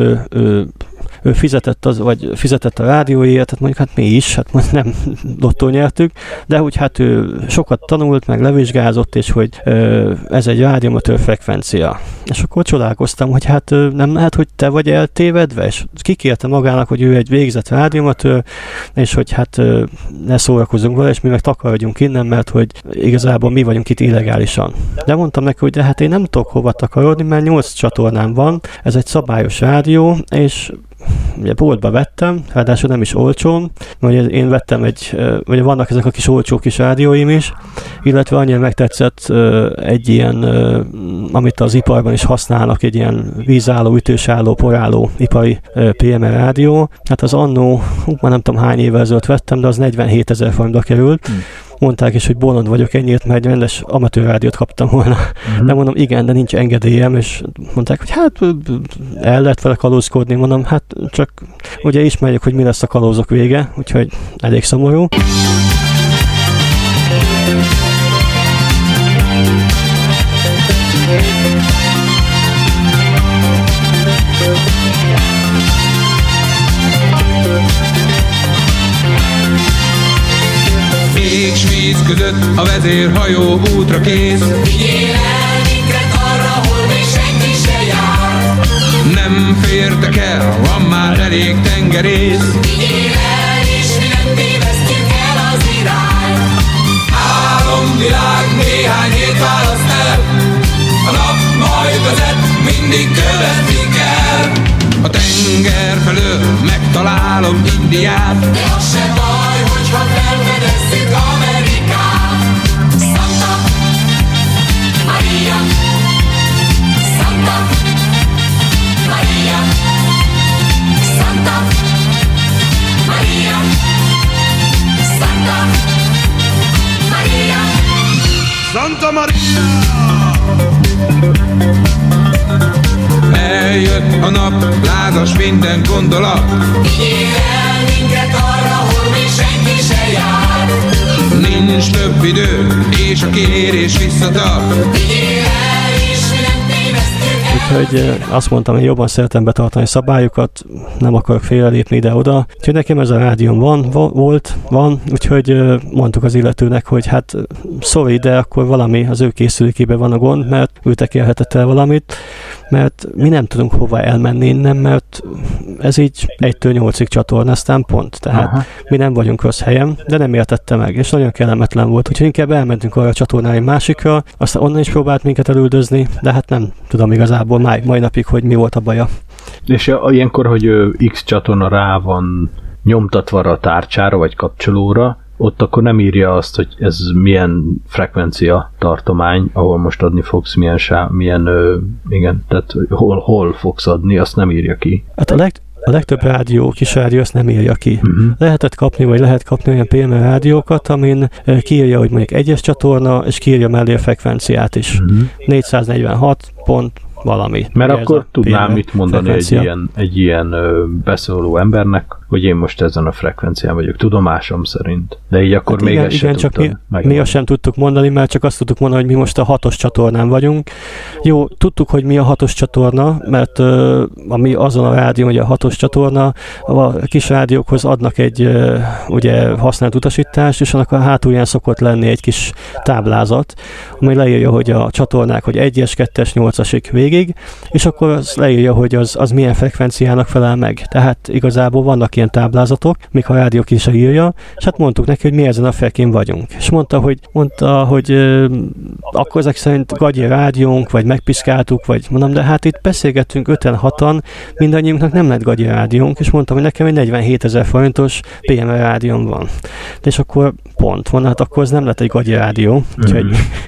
ő fizetett a rádióért, tehát mondjuk hát mi is, hát most nem lottó nyertük, de hogy hát ő sokat tanult, meg levizsgázott, és hogy ez egy rádiómatőr frekvencia. És akkor csodálkoztam, hogy hát nem lehet, hogy te vagy eltévedve, és kikérte magának, hogy ő egy végzett rádiómatőr, és hogy hát ne szórakozzunk vele, és mi meg takarodjunk innen, mert hogy igazából mi vagyunk itt illegálisan. De mondtam neki, hogy de hát én nem tudok hova takarodni, mert 8 csatornám van, ez egy szabályos rádió, és ugye boltba vettem, ráadásul nem is olcsón, mert én vettem ugye vannak ezek a kis olcsó kis rádióim is, illetve annyira megtetszett egy ilyen, amit az iparban is használnak, egy ilyen vízálló, ütősálló, porálló ipari PMR rádió. Hát az annó, már nem tudom hány évvel ezelőtt vettem, de az 47 000 forintba került. Mondták is, hogy bolond vagyok ennyit, mert egy rendes amatőr rádiót kaptam volna. De mondom, igen, de nincs engedélyem, és mondták, hogy hát el lehet vele kalózkodni, mondom, hát csak ugye ismerjük, hogy mi lesz a kalózok vége, úgyhogy elég szomorú. Ég s víz között a vezérhajó útra kész. Vigyél el minket arra, hol még senki se jár. Nem fértek el, van már elég tengerész. Vigyél el, és mi nem tévesztjük el az irányt. Álomvilág néhány hét választ el. A nap majd vezet, mindig követni kell. A tenger felől megtalálom Indiát. De az se baj, hogyha felfedezzük Amerikát. Santa Maria, Santa Maria, Santa Maria, Santa Maria, Santa Maria! Eljött a nap, lázas minden gondolat. vigyél el minket arra, hol még senki se jár. Nincs több idő, és a kérés visszatart. Vigyél el, és mi nem tévesztjük el. Úgyhogy azt mondtam, hogy jobban szeretem betartani szabályokat, nem akarok félrelépni ide-oda. Úgyhogy nekem ez a rádióm van, úgyhogy mondtuk az illetőnek, hogy hát sorry, de akkor valami az ő készülékében van a gond, mert ő tekerhetett el valamit. mert mi nem tudunk hova elmenni innen, mert ez így 1-től 8-ig csatornáztán pont, tehát mi nem vagyunk rossz helyen, de nem értette meg, és nagyon kellemetlen volt, úgyhogy inkább elmentünk arra a csatornára másikra, aztán onnan is próbált minket elüldözni, de hát nem tudom igazából mai napig, hogy mi volt a baja. És ilyenkor, hogy X csatorna rá van nyomtatva a tárcsára vagy kapcsolóra, ott akkor nem írja azt, hogy ez milyen frekvencia tartomány, ahol most adni fogsz, igen, tehát hol fogsz adni, azt nem írja ki. Hát a legtöbb rádió, kis rádió azt nem írja ki. Lehet kapni olyan PMR rádiókat, amin kiírja, hogy mondjuk 1-es csatorna, és kiírja mellé a frekvenciát is. 446 pont valami. Mert akkor tudnám mit mondani egy ilyen beszóló embernek, hogy én most ezen a frekvencián vagyok, tudomásom szerint. De így akkor hát még ezt sem tudtam. Mi azt sem tudtuk mondani, mert csak azt tudtuk mondani, hogy mi most a 6-os csatornán vagyunk. Jó, tudtuk, hogy mi a 6-os csatorna, mert ami azon a rádió, hogy a 6-os csatorna, a kis rádiókhoz adnak egy ugye használt utasítást, és annak a hátulján szokott lenni egy kis táblázat, ami leírja, hogy a csatornák, hogy 1-es, 2-es, 8-asig végig, és akkor az leírja, hogy az milyen frekvenciának felel meg. Tehát igazából vannak ilyen táblázatok, még a rádió ki is írja, és hát mondtuk neki, hogy mi ezen a fekén vagyunk. És mondta, hogy akkor ezek szerint gagyi rádiónk, vagy megpiszkáltuk, vagy mondom, de hát itt beszélgettünk 5-6-an, mindannyiunknak nem lett gagyi rádiónk, és mondtam, hogy nekem egy 47 000 forintos PMR rádióm van. És akkor pont van, hát akkor az nem lett egy gagyi rádió, úgyhogy,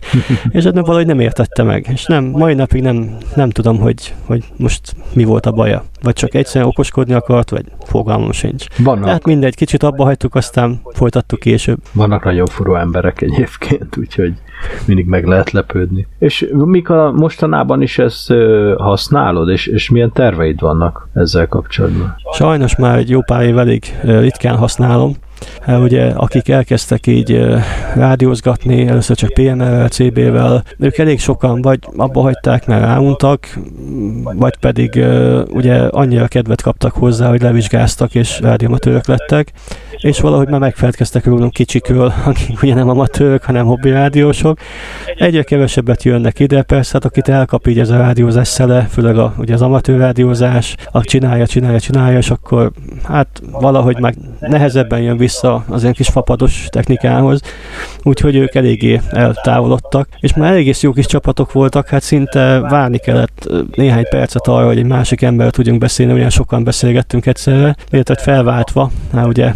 és hát valahogy nem értette meg. És mai napig nem tudom, hogy most mi volt a baja. Vagy csak egyszerűen okoskodni akart, vagy fogalmam sincs. Tehát mindegy, kicsit abba hagytuk, aztán folytattuk később. Vannak nagyon furó emberek egyébként, úgyhogy mindig meg lehet lepődni. És mostanában is ezt használod, és milyen terveid vannak ezzel kapcsolatban? Sajnos már egy jó pár év elég ritkán használom. Ugye, akik elkezdtek így rádiózgatni, először csak PMR-rel, CB-vel, ők elég sokan vagy abba hagyták, mert ráuntak, vagy pedig ugye annyira kedvet kaptak hozzá, hogy levizsgáztak és rádióamatőrök lettek, és valahogy már megfelelkeztek rólunk kicsikről, akik ugye nem amatőrök, hanem hobbi rádiósok. Egyre kevesebbet jönnek ide, persze, hát akit elkap így ez a rádiózás szele, főleg ugye az amatőr rádiózás, csinálja, és akkor hát valahogy meg nehezebben jön vissza az ilyen kis fapados technikához, úgyhogy ők eléggé eltávolodtak, és már eléggé jó kis csapatok voltak, hát szinte várni kellett néhány percet arra, hogy egy másik emberrel tudjunk beszélni, olyan sokan beszélgettünk egyszerre, illetve felváltva, hát ugye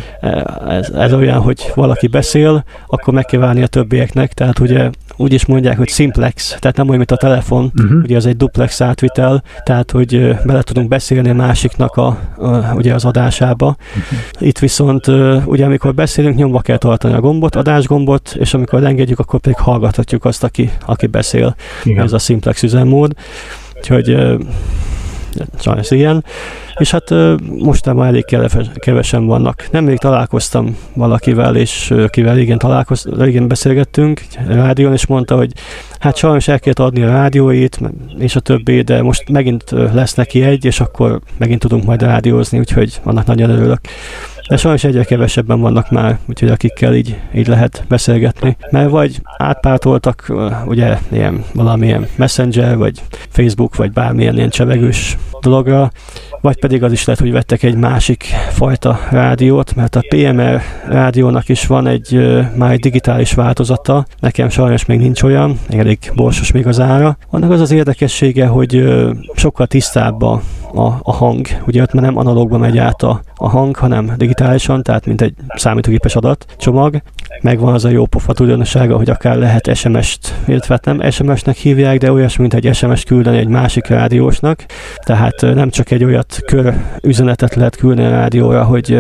ez olyan, hogy valaki beszél, akkor meg kell várni a többieknek, tehát ugye úgy is mondják, hogy simplex, tehát nem olyan, mint a telefon, ugye az egy duplex átvitel, tehát hogy bele tudunk beszélni a másiknak ugye az adásába. Itt viszont ugye amikor beszélünk, nyomva kell tartani a gombot, adásgombot, és amikor engedjük, akkor pedig hallgathatjuk azt, aki beszél. Igen. Ez a simplex üzemmód. Úgyhogy sajnos ilyen. És hát mostában elég kevesen vannak. Nemrég találkoztam valakivel, és kivel régen beszélgettünk rádión, és mondta, hogy hát sajnos el kellett adni a rádióit, és a többi, de most megint lesz neki egy, és akkor megint tudunk majd rádiózni, úgyhogy annak nagyon örülök. De sajnos egyre kevesebben vannak már, úgyhogy akikkel így lehet beszélgetni. Mert vagy átpártoltak ugye valamilyen Messenger, vagy Facebook, vagy bármilyen ilyen csevegős dologra, vagy pedig az is lehet, hogy vettek egy másik fajta rádiót, mert a PMR rádiónak is van már egy digitális változata, nekem sajnos még nincs olyan, elég borsos még az ára. Annak az érdekessége, hogy sokkal tisztább a hang, ugye ott már nem analógba megy át a hang, hanem digitálisan, tehát mint egy számítógépes adatcsomag. Megvan az a jó pofa tulajdonsága, hogy akár lehet SMS-t, illetve nem SMS-nek hívják, de olyasmi, mint egy SMS küldeni egy másik rádiósnak. Tehát nem csak egy olyat üzenetet lehet küldeni a rádióra, hogy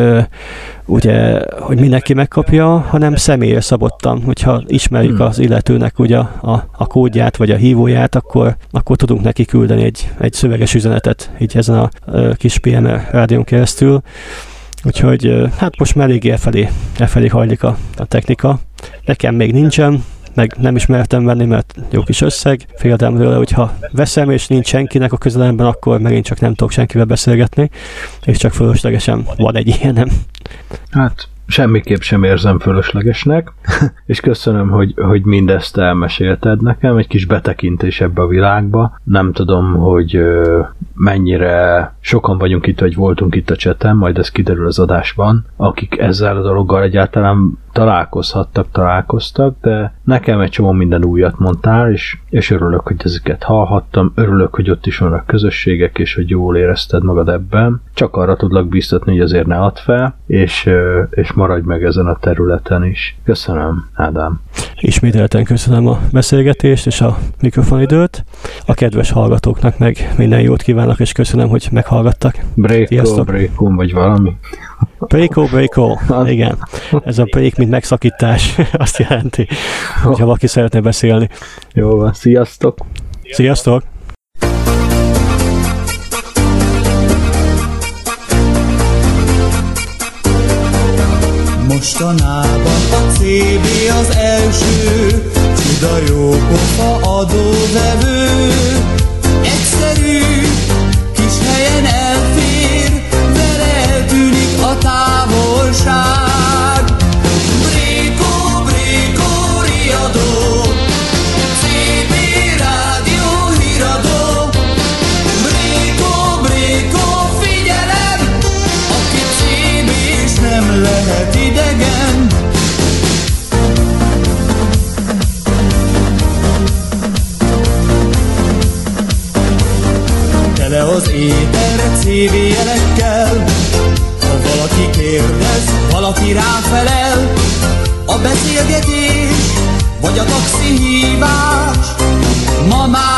hogy mindenki megkapja, hanem személyre szabottan, hogyha ismerjük az illetőnek ugye a kódját, vagy a hívóját, akkor tudunk neki küldeni egy szöveges üzenetet, így ezen a kis PMR rádión keresztül. Úgyhogy hát most már eléggé elfelé hajlik a technika. Nekem még nincsen, meg nem is mertem venni, mert jó kis összeg. Féltem tőle, hogyha veszem, és nincs senkinek a közelemben, akkor megint csak nem tudok senkivel beszélgetni, és csak fölöslegesen van egy ilyenem. Hát semmiképp sem érzem fölöslegesnek, és köszönöm, hogy mindezt elmesélted nekem, egy kis betekintés ebbe a világba. Nem tudom, hogy mennyire sokan vagyunk itt, vagy voltunk itt a chaten, majd ez kiderül az adásban, akik ezzel a dologgal egyáltalán találkoztak, de nekem egy csomó minden újat mondtál, és örülök, hogy ezeket hallhattam, örülök, hogy ott is vannak közösségek, és hogy jól érezted magad ebben. Csak arra tudlak biztatni, hogy azért ne add fel, és maradj meg ezen a területen is. Köszönöm, Ádám. Ismételten köszönöm a beszélgetést és a mikrofonidőt. A kedves hallgatóknak meg minden jót kívánok, és köszönöm, hogy meghallgattak. Breakó, vagy valami. Breakó. Igen. Ez a break, mint megszakítás, azt jelenti, hogyha valaki szeretne beszélni. Jó van, sziasztok! Sziasztok! Mostanában a CB az első, csuda jó pofa adóvevő. Egyszerű, kis helyen elfér, vele eltűnik a távolság. Brékó, riadó, CB rádió híradó. Brékó, figyelem, aki CB-s nem lehet idegen. Tele az éter CV jelekkel, ha valaki kérdez, valaki ráfelel. A beszélgetés, vagy a taxi hívás, ma már